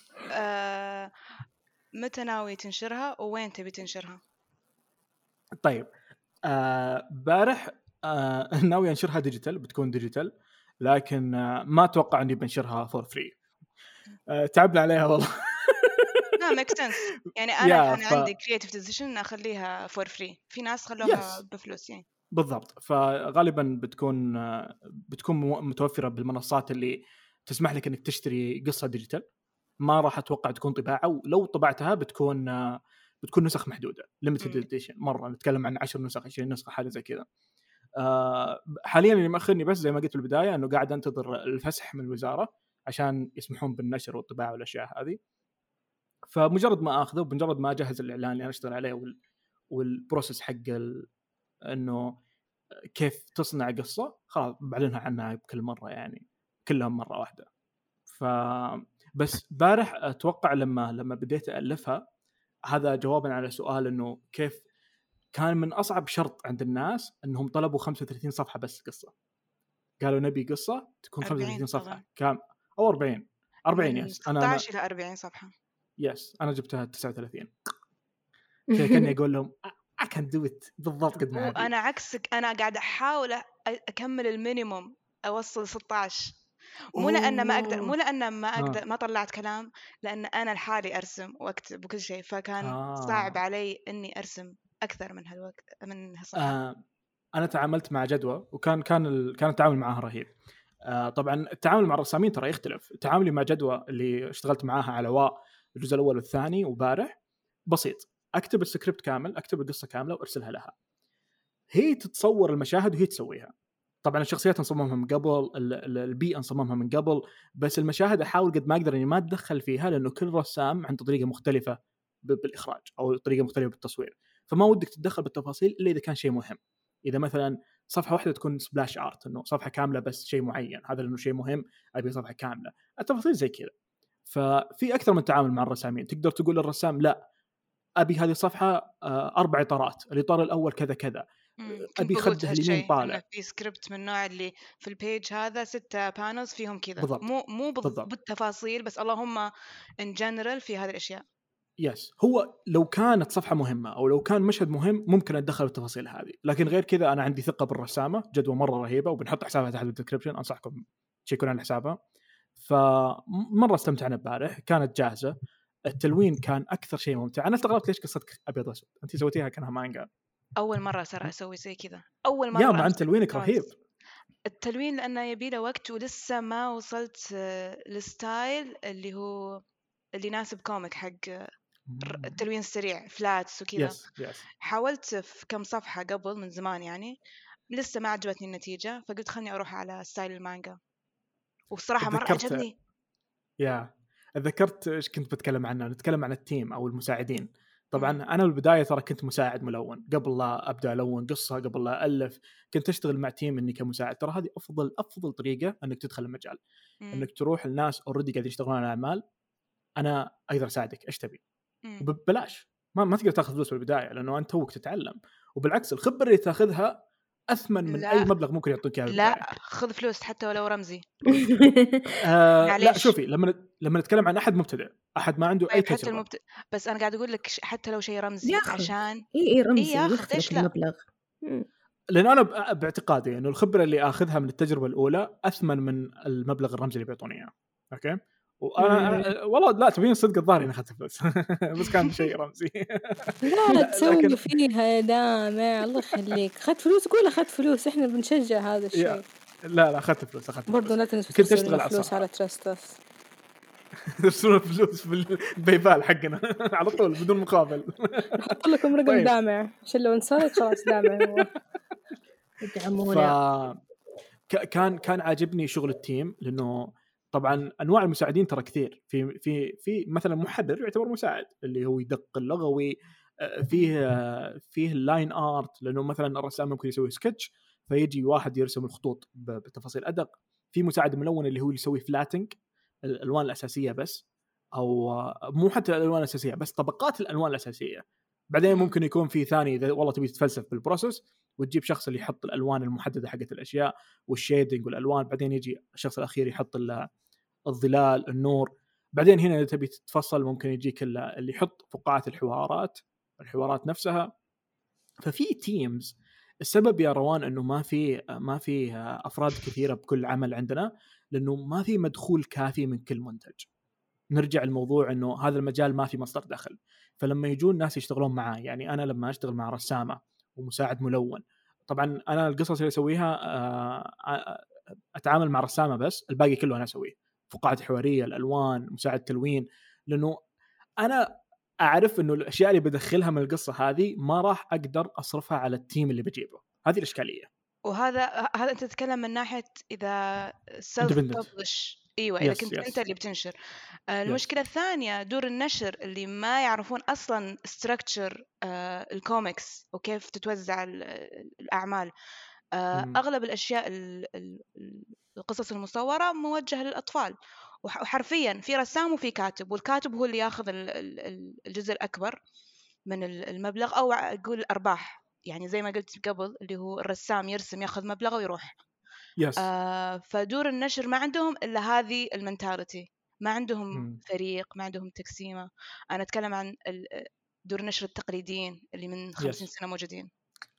متى ناوي تنشرها وين تبي تنشرها؟ طيب بارح ناوي أنشرها ديجيتال، بتكون ديجيتال، لكن ما أتوقع أني بنشرها فور فري. تعبنا عليها والله. لا ميك سنس يعني أنا كان عندي creative decision إن أخليها فور فري. في ناس خلوها بفلوس يعني. بالضبط. فغالبا بتكون متوفرة بالمنصات اللي تسمح لك إنك تشتري قصة ديجيتال. ما راح أتوقع تكون طباعة، ولو طبعتها بتكون نسخ محدودة limited edition. مرة نتكلم عن 10 نسخ 20 نسخة حاجة زي كذا. حاليا اللي مأخرني بس زي ما قلت في البداية أنه قاعد أنتظر الفسح من الوزارة عشان يسمحون بالنشر والطباعة والأشياء هذه. فمجرد ما أخذه وبمجرد ما أجهز الإعلان اللي أنا أشتغل عليه والبروسس حق أنه كيف تصنع قصة، خلاص بعلنها عنها بكل مرة يعني كلهم مرة واحدة. بس بارح أتوقع لما بديت ألفها، هذا جوابا على سؤال إنه كيف كان من أصعب شرط عند الناس أنهم طلبوا 35 صفحة بس قصة. قالوا نبي قصة تكون 35 صفحة كام أو 40 يس. 16 إلى 40 صفحة. يس أنا جبتها 39. كأني أقول لهم I can do it بالضبط قد ما أنا عكسك، أنا قاعد أحاول أكمل المينيموم أوصل 16. مو لأن ما أقدر ما طلعت كلام، لأن أنا لحالي أرسم وأكتب وكل شيء، فكان صعب علي إني أرسم أكثر من هالوقت من هالصفحة. أنا تعاملت مع جدوى وكان التعامل معها رهيب. طبعا التعامل مع الرسامين ترى يختلف. تعاملي مع جدوى اللي اشتغلت معاها على واء الجزء الأول والثاني وبارح بسيط. أكتب السكريبت كامل، أكتب القصة كاملة وأرسلها لها. هي تتصور المشاهد وهي تسويها. طبعا الشخصيات نصممها من قبل، البيئة نصممها من قبل، بس المشاهد أحاول قد ما أقدر إني ما أتدخل فيها، لأنه كل رسام عنده طريقة مختلفة بالإخراج أو طريقة مختلفة بالتصوير. فما ودك تتدخل بالتفاصيل إلا إذا كان شيء مهم. إذا مثلا صفحة واحدة تكون سبلاش آرت، إنه صفحة كاملة بس شيء معين، هذا لأنه شيء مهم، أبي صفحة كاملة. التفاصيل زي كذا. ففي أكثر من تعامل مع الرسامين. تقدر تقول للرسام لا أبي هذه الصفحة 4 إطارات، الإطار الأول كذا كذا، أبي خده اليمين طالع. في سكريبت من النوع اللي في البيج هذا 6 بانلز فيهم كذا. مو بالتفاصيل بس اللهم in general في هذه الأشياء. يس هو لو كانت صفحة مهمة أو لو كان مشهد مهم ممكن أتدخل بالتفاصيل هذه، لكن غير كذا أنا عندي ثقة بالرسامة. جدوى مرة رهيبة وبنحط حسابها تحت بالديسكريبشن، أنصحكم تشيكون على حسابها. فمرة استمتعنا بارح، كانت جاهزة. التلوين كان أكثر شيء ممتع. أنا استغربت ليش قصتك أبيض وأسود، أنت سويتيها كأنها مانجا. اول مره صار اسوي زي كذا، اول مره. يا مع تلوينك رهيب. التلوين لانه يبي له وقت، ولسه ما وصلت للستايل اللي هو اللي يناسب كوميك حق التلوين السريع فلاتس وكذا. حاولت في كم صفحه قبل من زمان يعني، لسه ما عجبتني النتيجه، فقلت خلني اروح على ستايل المانجا، وبصراحه مره عجبني. ذكرت ايش كنت بتكلم عنه. نتكلم عن التيم او المساعدين. طبعا انا بالبدايه ترى كنت مساعد ملون قبل لا ابدا الون قصه، قبل لا الف كنت اشتغل مع تيم اني كمساعد. ترى هذه افضل طريقه انك تدخل المجال، انك تروح الناس اوريدي قاعدين يشتغلون على اعمال، انا اقدر اساعدك ايش تبي وببلاش. ما تقدر تاخذ فلوس بالبدايه لانه انت توك تتعلم، وبالعكس الخبره اللي تاخذها اثمن من اي مبلغ ممكن يعطوك اياه. لا خذ فلوس حتى ولو رمزي. لا شوفي، لما نتكلم عن احد مبتدئ، احد ما عنده اي تجربه، بس انا قاعد اقول لك حتى لو شيء رمزي عشان اي رمزي ياخذ المبلغ. لان انا باعتقادي انه الخبره اللي اخذها من التجربه الاولى اثمن من المبلغ الرمزي اللي بيعطوني اياه. اوكي، وانا والله لا تبين صدق الظاهر اني اخذت فلوس بس كان شيء رمزي. لا تسوي فيها يا دامع، الله يخليك. اخذت فلوس، قول اخذت فلوس، احنا بنشجع هذا الشيء. لا اخذت فلوس برضو لا تنسوا كنت اشتغل فلوس على تراستس. ترسلون فلوس بالباي بال حقنا على طول بدون مقابل. احط لكم رقم دامع عشان لو انسرق خلاص دامع. كان عاجبني شغل التيم، لانه طبعا انواع المساعدين ترى كثير. في مثلا محرر يعتبر مساعد اللي هو يدق اللغوي، فيه اللاين ارت، لانه مثلا الرسام ممكن يسوي سكتش فيجي واحد يرسم الخطوط بتفاصيل ادق. في مساعد ملون اللي هو يسوي فلاتنج الالوان الاساسيه بس، او مو حتى الالوان الاساسيه بس طبقات الالوان الاساسيه. بعدين ممكن يكون في ثاني اذا والله تبي تتفلسف بالبروسس وتجيب شخص اللي يحط الالوان المحدده حقت الاشياء والشيدنج والالوان. بعدين يجي الشخص الاخير يحط الظلال النور. بعدين هنا اذا تبي تتفصل ممكن يجيك اللي يحط فقاعات الحوارات نفسها. ففي تيمز. السبب يا روان انه ما في افراد كثيره بكل عمل عندنا، لانه ما في مدخول كافي من كل منتج. نرجع الموضوع انه هذا المجال ما في مصدر دخل. فلما يجون ناس يشتغلون معاه، يعني انا لما اشتغل مع رسامه ومساعد ملون، طبعا انا القصص اللي اسويها اتعامل مع رسامه بس، الباقي كله انا اسويه، فقاعات حواريه، الالوان، مساعد تلوين، لانه انا اعرف انه الاشياء اللي بدخلها من القصه هذه ما راح اقدر اصرفها على التيم اللي بجيبه. هذه الاشكاليه. وهذا انت تتكلم من ناحيه اذا سيلف ببلش. ايوه اذا كنت انت اللي بتنشر. المشكله الثانيه دور النشر اللي ما يعرفون اصلا ستراكشر الكوميكس وكيف تتوزع الاعمال. اغلب الاشياء القصص المصوره موجهه للاطفال، وحرفيا في رسام وفي كاتب، والكاتب هو اللي ياخذ الجزء الاكبر من المبلغ، او اقول الارباح. يعني زي ما قلت قبل اللي هو الرسام يرسم ياخذ مبلغ ويروح. فدور النشر ما عندهم الا هذه المنتاليتي، ما عندهم فريق، ما عندهم تقسيمه. انا اتكلم عن دور النشر التقليديين اللي من 50 سنه موجودين.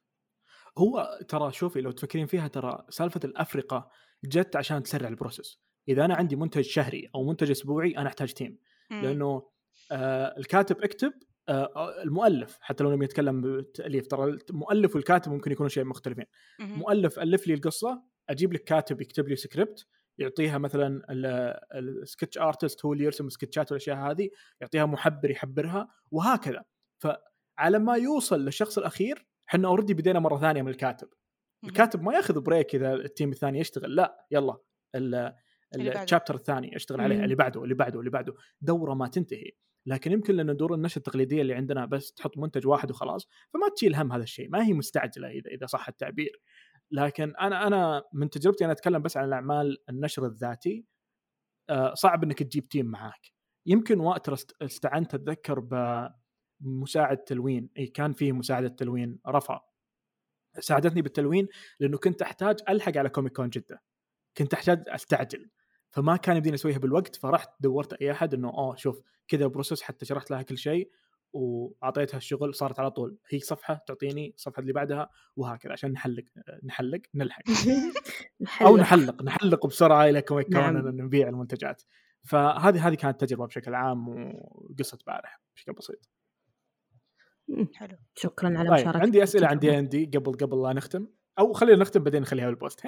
هو ترى شوفي لو تفكرين فيها، ترى سالفه الافرقه جت عشان تسرع البروسيس. اذا انا عندي منتج شهري او منتج اسبوعي انا احتاج تيم، لانه الكاتب اكتب، المؤلف حتى لو نبي نتكلم بالتأليف ترى المؤلف والكاتب ممكن يكونوا شيء مختلفين. مؤلف ألف لي القصة، أجيب لك كاتب يكتب لي سكريبت، يعطيها مثلا السكتش آرتست هو اللي يرسم سكتشات والأشياء هذه، يعطيها محبر يحبرها وهكذا. فعلى ما يوصل للشخص الأخير حنا أوردي بدينا مرة ثانية من الكاتب. الكاتب ما ياخذ بريك إذا التيم الثاني يشتغل، لا يلا الشابتر الثاني اشتغل عليه، اللي بعده دورة ما تنتهي. لكن يمكن لأن دور النشر التقليدية اللي عندنا بس تحط منتج واحد وخلاص، فما تشيل هم هذا الشيء، ما هي مستعجلة إذا صح التعبير. لكن أنا من تجربتي أنا أتكلم بس عن الأعمال النشر الذاتي. صعب إنك تجيب تيم معاك. يمكن وقت استعنت أتذكر بمساعد تلوين، كان فيه مساعدة تلوين رفع ساعدتني بالتلوين، لأنه كنت أحتاج ألحق على كوميك كون جدة، كنت أحتاج أستعجل، فما كان يبدين أسويها بالوقت. فرحت دورت أي أحد إنه شوف كذا بروسس، حتى شرحت لها كل شيء وأعطيتها الشغل، صارت على طول هي صفحة تعطيني الصفحة اللي بعدها وهكذا، عشان نلحق أو نحلق بسرعة إلى كوميك كون نبيع المنتجات. فهذه كانت تجربة بشكل عام وقصة بارح بشكل بسيط. حلو. شكرا على طيب مشاركتك. عندي أسئلة عن D&D قبل لا نختم، أو خلينا نختم بعدين نخليها بالبوست.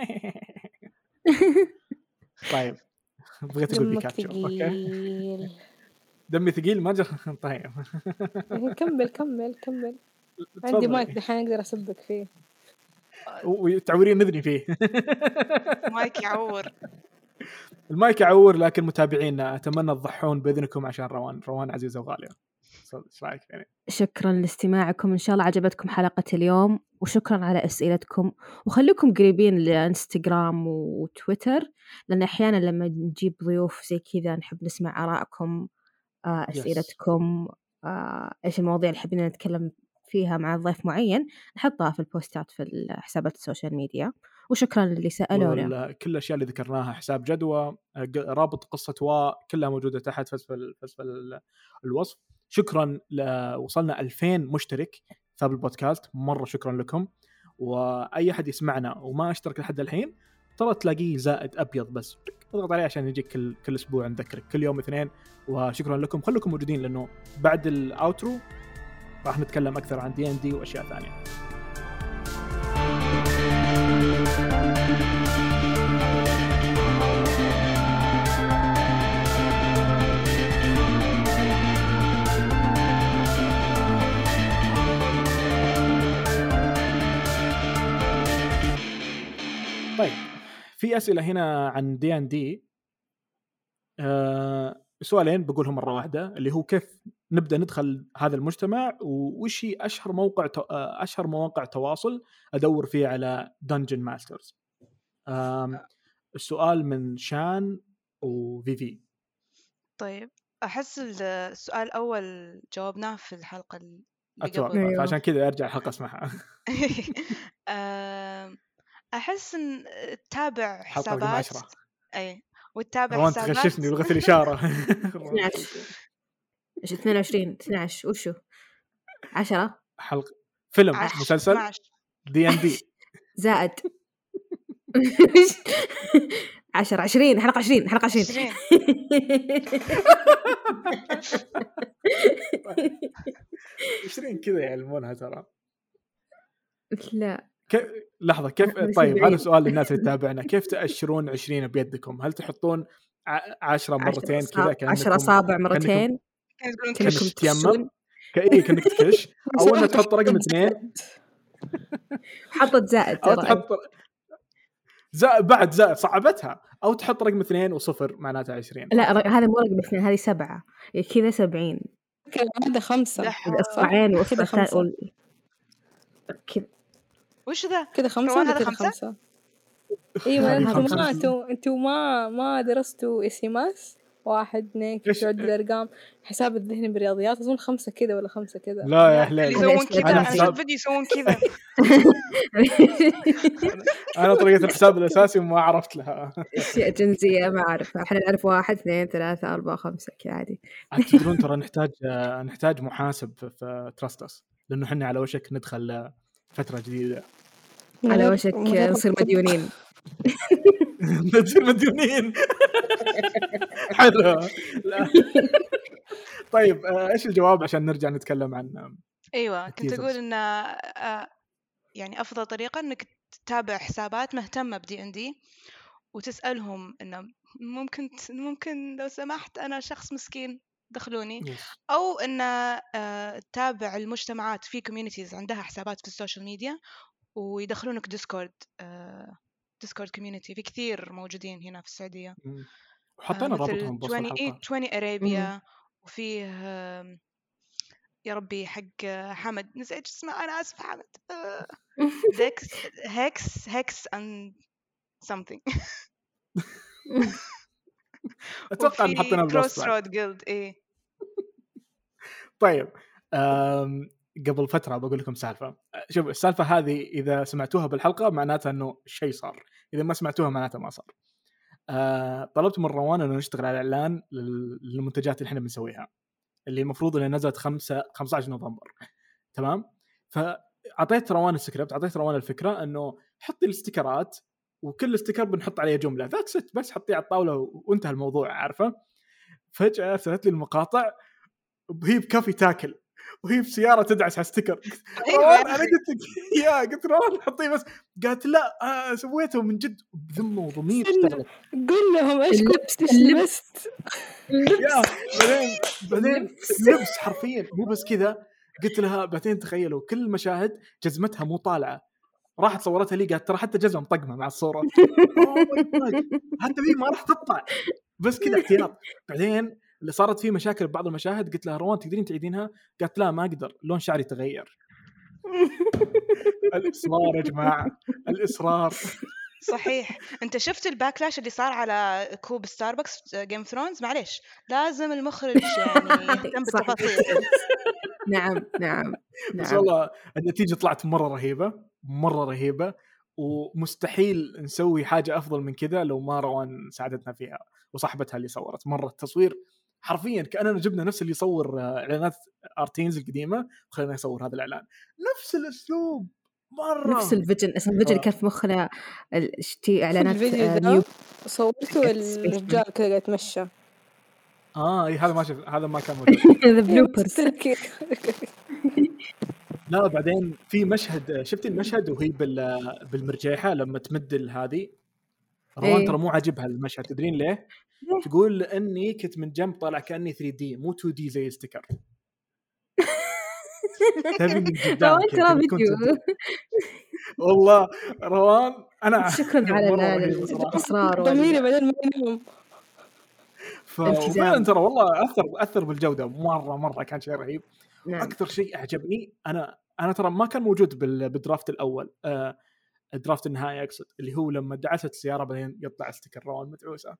طيب بغيت أقول بيكاتشو. أوكي دمي ثقيل ما جرى. طيب كمل. عندي مايك دحين أقدر أسبك فيه وتعورين نذني فيه. مايك يعور. المايك يعور، لكن متابعينا أتمنى تضحون بإذنكم عشان روان عزيزة وغالية. ايش رايك يعني؟ شكرا لاستماعكم، ان شاء الله عجبتكم حلقة اليوم، وشكرا على اسئلتكم، وخليكم قريبين لانستغرام وتويتر، لان احيانا لما نجيب ضيوف زي كذا نحب نسمع آرائكم، اسئلتكم، ايش المواضيع اللي حابين نتكلم فيها مع ضيف معين، نحطها في البوستات في حسابات السوشيال ميديا. وشكرا للي سألونا. كل الاشياء اللي ذكرناها، حساب جدوى، رابط قصة كلها موجودة تحت في الوصف. شكرا، وصلنا 2000 مشترك في البودكاست، مرة شكرا لكم. وأي أحد يسمعنا وما اشترك لحد الحين، ترى تلاقيه زائد أبيض، بس اضغط عليه عشان يجيك كل أسبوع نذكرك، كل يوم اثنين. وشكرا لكم، خليكم موجودين، لأنه بعد الأوترو راح نتكلم أكثر عن D&D وأشياء ثانية. طيب في أسئلة هنا عن D&D. سؤالين بقولهم مرة واحدة، اللي هو كيف نبدأ ندخل هذا المجتمع، وش هي أشهر مواقع تواصل أدور فيه على Dungeon Masters. السؤال من شان وفيفي. طيب أحس السؤال الأول جاوبناه في الحلقة اللي قبل، فعشان كذا أرجع الحلقة اسمعها. أحس إن تتابع حسابات، أي وتتابع حسابات. وانت تغششني بلغة الإشارة. 22 12 وشو 10 حلقة فيلم مسلسل D&D زائد 10 20 حلقة 20 20 كذا يعلمونها ترى. لا لحظة كيف؟ طيب هذا سؤال للناس اللي تتابعنا، كيف تأشرون 20 بيدكم؟ هل تحطون 10 مرتين كذا، 10 أصابع مرتين كأنك تيمم كأنك تكش، أو أنك تحط رقم 2 حطت زائد، أو تحط بعد زائد صعبتها، أو تحط رقم 2 و0 معناتها 20. لا هذا مو رقم 2، هذه 7 كذا 70. هذا 5 إصبعين وإصبعين كذا. وش ذا كذا 5 ولا كذا 5؟ ايوه انتم ما درستوا اسماس 1 2 تعد الارقام، حساب الذهني بالرياضيات، اظن 5 كذا ولا 5 كذا. لا يا اهلا يسوون كذا، اشوف فيديو يسوون كذا. انا طريقه الحساب الاساسي وما عرفت لها اشياء جنسيه ما اعرف، احنا نعرف 1 2 3 4 5 كذا عادي. تدرون ترى نحتاج محاسب في تراستس، لانه احنا على وشك ندخل فتره جديده، على وشك نصير مديونين. نصير مديونين. حلو. طيب ايش الجواب عشان نرجع نتكلم عن ايوه كنت اقول ان يعني افضل طريقه انك تتابع حسابات مهتمه ب D&D وتسالهم انه ممكن لو سمحت انا شخص مسكين دخلوني، او ان تتابع المجتمعات في كوميونيتيز عندها حسابات في السوشيال ميديا ويدخلونك ديسكورد كوميونيتي، في كثير موجودين هنا في السعوديه، وحطينا رابطهم بوصف الحلقه 20 أرابيا، وفيه يا ربي حق حمد نسيت اسمه، أنا آسف حمد. هكس and something. أتوقع إن حطينا كروس رود جيلد. إيه طيب قبل فترة بقول لكم سالفة. شوف السالفة هذه إذا سمعتوها بالحلقة معناتها إنه شيء صار، إذا ما سمعتوها معناتها ما صار. طلبت من روان إنه نشتغل على إعلان للمنتجات اللي إحنا بنسويها، اللي المفروض إنها نزلت 15 نوفمبر، تمام؟ فأعطيت روان السكريبت، أعطيت روان الفكرة إنه حطي الاستيكرات، وكل استيكر بنحط عليه جملة ذاك بس حطيه على الطاولة وانتهى الموضوع، عارفة؟ فجأة أرسلت لي المقاطع هي بكافي تاكل، وهي في سياره تدعس على ستيكر. انا قلت روان حطيه بس. قالت لا سويته من جد بذمه وضمير. اشتغلت. قول لهم ايش كنت لبست. يا بعدين لبس حرفيا مو بس كذا. قلت لها بعدين تخيلوا كل المشاهد جزمتها مو طالعه. راحت صورتها لي قالت ترى حتى جزمه مطقمه مع الصوره. حتى هي ما راح تطلع بس كذا احتياط. بعدين اللي صارت فيه مشاكل ببعض المشاهد قلت لها روان تقدرين تعيدينها؟ قالت لا ما اقدر لون شعري تغير. الاصرار يا جماعه الاصرار. صحيح. انت شفت الباكلاش اللي صار على كوب ستاربكس جيم ثرونز؟ معليش لازم المخرج يعني يهتم بالتفاصيل. نعم بس والله النتيجه طلعت مره رهيبه ومستحيل نسوي حاجه افضل من كذا لو ما روان ساعدتنا فيها وصاحبتها اللي صورت. مره التصوير حرفيا كاننا جبنا نفس اللي يصور اعلانات ارتينز القديمه وخلينا نصور هذا الاعلان نفس الاسلوب مرة. نفس الفيجن. اسم الفيجن كان في مخنا اعلانات نيو. صورته الرجال كذا يتمشى. هذا ما شفت. هذا ما كان موجود. ذا بلوبرز. لا بعدين في مشهد شفت المشهد وهي بالمرجيحه لما تمد هذه روان ترى مو عاجبها المشهد. تدرين ليه؟ تقول لاني كنت من جنب طالع كاني 3D مو 2D زي الستيكر. تبي من قدام ترى فيديو. والله روان انا شكرا على الاصرار ضميري بدل ما ينام. فعلا ترى والله اثر بالجوده مره كان شيء رهيب. نعم. اكثر شيء اعجبني انا ترى ما كان موجود بالدرافت الاول. الدرافت النهائي اقصد اللي هو لما دعست السياره بعدين يطلع ستيكر روان مدعوسه.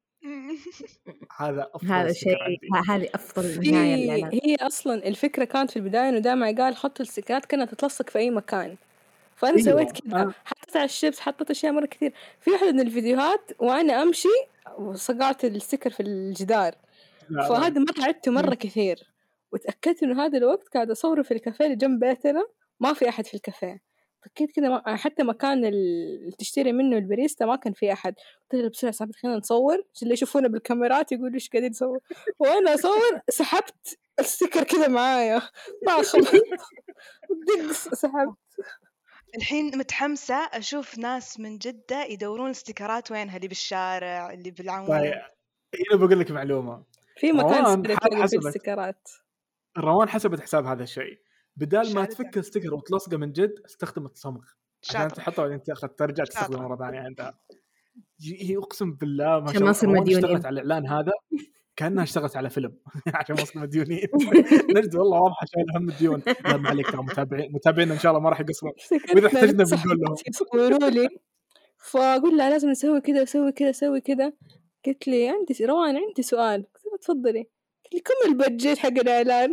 هذا شيء هذه افضل نهايه. هي اصلا الفكره كانت في البدايه انه دائما قال حط الستيكرات كانها تتلصق في اي مكان. فانا سويت كذا حطيت على الشيبس حطيت اشياء مره كثير. في واحد من الفيديوهات وانا امشي وصقعت الستيكر في الجدار. فهذا مرة عدته مرة كثير. وتأكدت إنه هذا الوقت قاعد أصور في الكافيه اللي جنب بيتنا ما في أحد في الكافيه. فكيت كده حتى مكان اللي تشتري منه الباريستا ما كان في أحد. قلت له بسرعة صاحبي خلينا نصور اللي يشوفونا بالكاميرات يقولوا إيش قاعدين نصور. وأنا أصور سحبت الستيكر كده معايا ما خبط سحبت. الحين متحمسة أشوف ناس من جدة يدورون استيكرات وينها اللي بالشارع اللي بالعمود. هنا بقول لك معلومة في مكان في الاستيكرات. روان حسبت حساب هذا الشيء. بدال ما تفك الستيكر وتلصقه من جد استخدمت صمغ عشان تحطه وبعدين ترجع تستخدمه مرة ثانية عندها. هي أقسم بالله ما شاء الله اشتغلت على الإعلان هذا كأنها اشتغلت على فيلم عشان ما نصير مديونين. نجد والله واضحة شايل هم الديون. لا ما عليك ترى متابعين إن شاء الله ما راح يقصروا وإذا احتجنا بنقول لهم يصوروا لي. فأقول لا لازم نسوي كذا وسوي كذا. قلت لي عندي روان عندي سؤال. قلت لها تفضلي. قلت لي كم البادجت حق الإعلان؟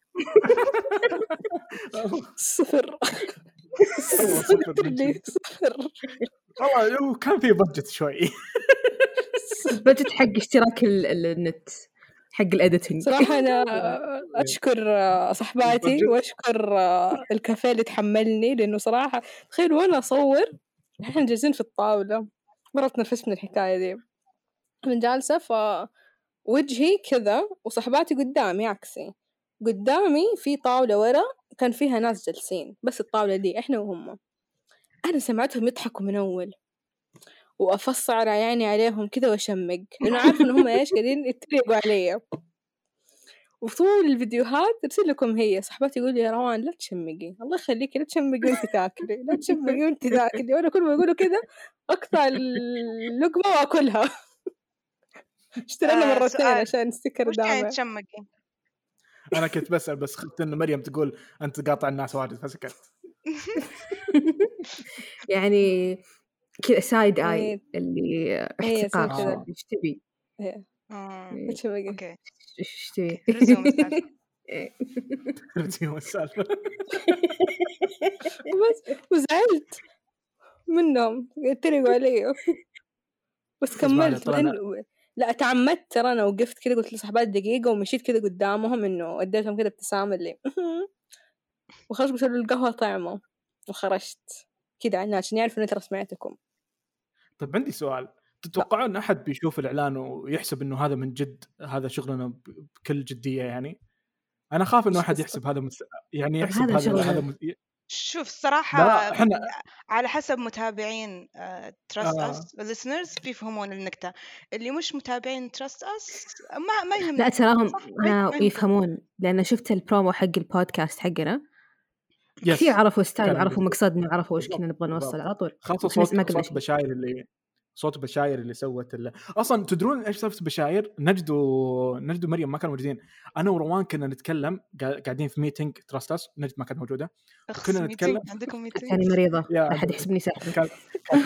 صفر. والله كان في بادجت شوي. البادجت حق اشتراك النت حق الاديتنج. صراحة أنا أشكر صحباتي وأشكر الكافيه اللي تحملني لأنه صراحة تخيل وأنا أصور إحنا جالسين في الطاولة مرة تنرفزت من الحكاية دي. من جالسة فوجهي كذا وصحباتي قدامي عكسي. قدامي في طاولة ورا كان فيها ناس جالسين بس الطاولة دي إحنا وهم. أنا سمعتهم يضحكوا من أول وأفصع عيني عليهم كذا وأشمق لأنه عارفة إنهم إيش قاعدين يتريقوا علي. وطول الفيديوهات ترسل لكم هي صحباتي يقول لي يا روان لا تشمقي الله يخليكي لا تشمقي وانت تاكلي لا تشمقي وانت تاكلي. وأنا كل ما يقولوا كذا أقطع اللقمة وأكلها. اشترينا مرتين عشان ستيكر دعمه. تشمقي. أنا كنت بسأل بس خفت إن مريم تقول أنت قاطع الناس واجد فسكت. يعني كذا سايد آي اللي احتقار إيش تبي؟ اوكي إيش تبي؟ رزيم السالفة. بس وزعلت منهم يتريقوا علي بس كملت. لا تعمدت ترى أنا وقفت كذا قلت لصحبات دقيقة ومشيت كذا قدامهم إنه أديتهم كذا ابتسامة اللي وخرجت قلت له القهوة طعمه وخرجت كذا عشان يعرفوا إن ترى سمعتكم. طب عندي سؤال. تتوقعون أحد بيشوف الإعلان ويحسب إنه هذا من جد هذا شغلنا بكل جدية يعني انا خاف انه احد يحسب هذا يعني يحسب هذا شوف الصراحة على حسب متابعين Trust Us listeners بيفهمون النكتة. اللي مش متابعين Trust Us ما يهم. لا تراهم يفهمون، لأن شفت البرومو حق البودكاست حقنا كثير عرفوا ستايل، عرفوا مقصدنا، عرفوا وش كنا نبغى نوصل على طول. خاصة صوت بشاير اللي سوت اصلا تدرون ايش سالفه بشاير؟ نجد مريم ما كانوا موجودين. انا وروان كنا نتكلم قاعدين في ميتنج تراستس، نجد ما كانت موجوده. كنا نتكلم عندكم ميتنج كانت مريضه، احد يحسبني ساحر. كانت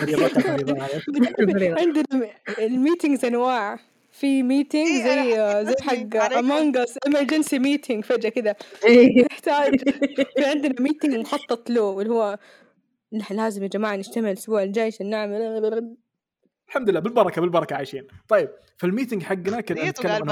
مريضه. عندنا الميتينجز انواع، في ميتينج زي حق Among Us emergency meeting فجأة كذا يحتاج. في عندنا ميتينج مخطط له اللي هو نحن لازم يا جماعة نجتمع الأسبوع الجاي عشان نعمل. الحمد لله بالبركة عايشين. طيب في الميتينج حقنا كنا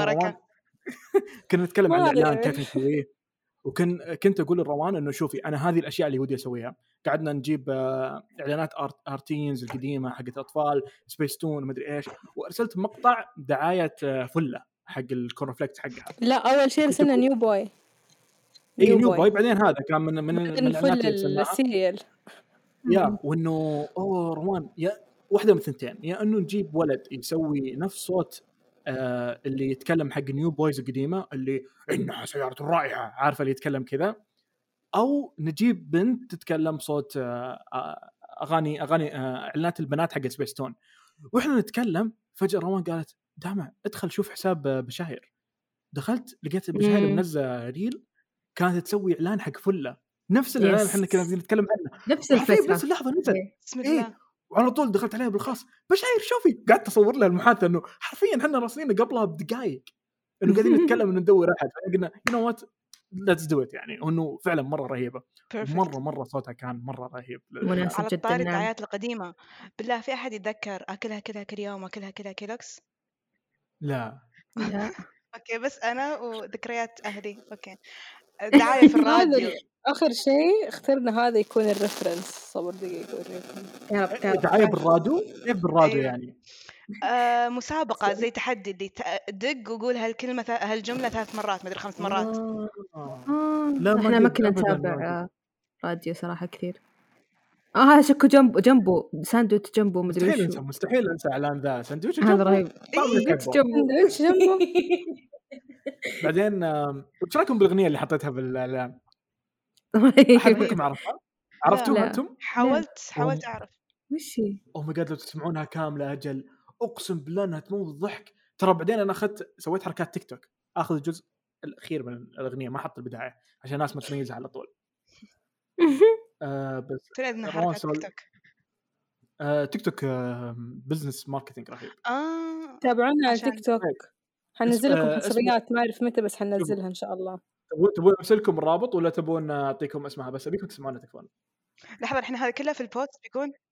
نتكلم عن الإعلان كيف نسويه، كنت أقول للروان إنه شوفي أنا هذه الأشياء اللي ودي أسويها. قعدنا نجيب إعلانات آرتينز القديمة حقت أطفال سبيس تون ومدري إيش، وأرسلت مقطع دعاية فلة حق الكورنفليكس حقها. لا أول شيء رسلنا نيو بوي. نيو بوي بعدين هذا كان من الإعلانات السيريال. يا وإنه روان يا واحدة من ثنتين، يا إنه نجيب ولد يسوي نفس صوت اللي يتكلم حق نيو بويز القديمة اللي إنها سيارة رائعة، عارفة اللي يتكلم كذا، أو نجيب بنت تتكلم صوت أغاني إعلانات البنات حق سبيستون. وإحنا نتكلم فجأة روان قالت دامع ادخل شوف حساب بشاير. دخلت لقيت بشاير منزل ريل كانت تسوي إعلان حق فلة، نفس الإعلان إحنا كنا نتكلم عنه نفس الفترة، نفس اللحظة نزل. بسم الله. وعلى طول دخلت عليها بالخاص بشاير شوفي، قعدت أصور لها المحادثة إنه حرفيا إحنا راسلين قبلها بدقائق إنه قاعدين نتكلم إنه ندور أحد، فقلنا you know what let's do it. يعني إنه فعلا مرة رهيبة، مرة صوتها كان مرة رهيب. على الطاري الدعايات القديمة بالله في أحد يتذكر أكلها كذا كل يوم أكلها كذا كيلوكس؟ لا أوكي بس أنا وذكريات أهلي. أوكي دعاية في الراديو. آخر شيء اخترنا هذا يكون الريفرنس. صبر دقيقة دعاية بالراديو. كيف بالراديو يعني؟ مسابقة زي تحدي اللي دق وقول هالكلمة هالجملة 3 مرات مدري 5 مرات. لا احنا ما كنا نتابع راديو صراحة كثير. شكو جنبو ساندويتش جنبو مدري وش. مستحيل انسى اعلان ذا ساندويتش هذا رهيب. جنبو بعدين وش رايكم بالاغنيه اللي حطيتها بالاعلان؟ احد منكم عرفتوها انتم؟ حاولت اعرف وش هي. او ما قادر تسمعونها كامله. اجل اقسم بالله انها تموت ضحك ترى. بعدين انا سويت حركات تيك توك، اخذ الجزء الاخير من الاغنيه ما حط البدايه عشان الناس ما تميزها على طول. بس تريدنا حركات تيك توك. تيك توك بزنس ماركتينج رهيب. تابعونا على تيك توك، حنزل لكم حصريات ما اعرف متى بس حننزلها ان شاء الله. تبون ارسل لكم الرابط ولا تبون اعطيكم اسمها؟ بس ابيكم تسمعونا تكفون. لحظه احنا هذا كله في البوست بيكون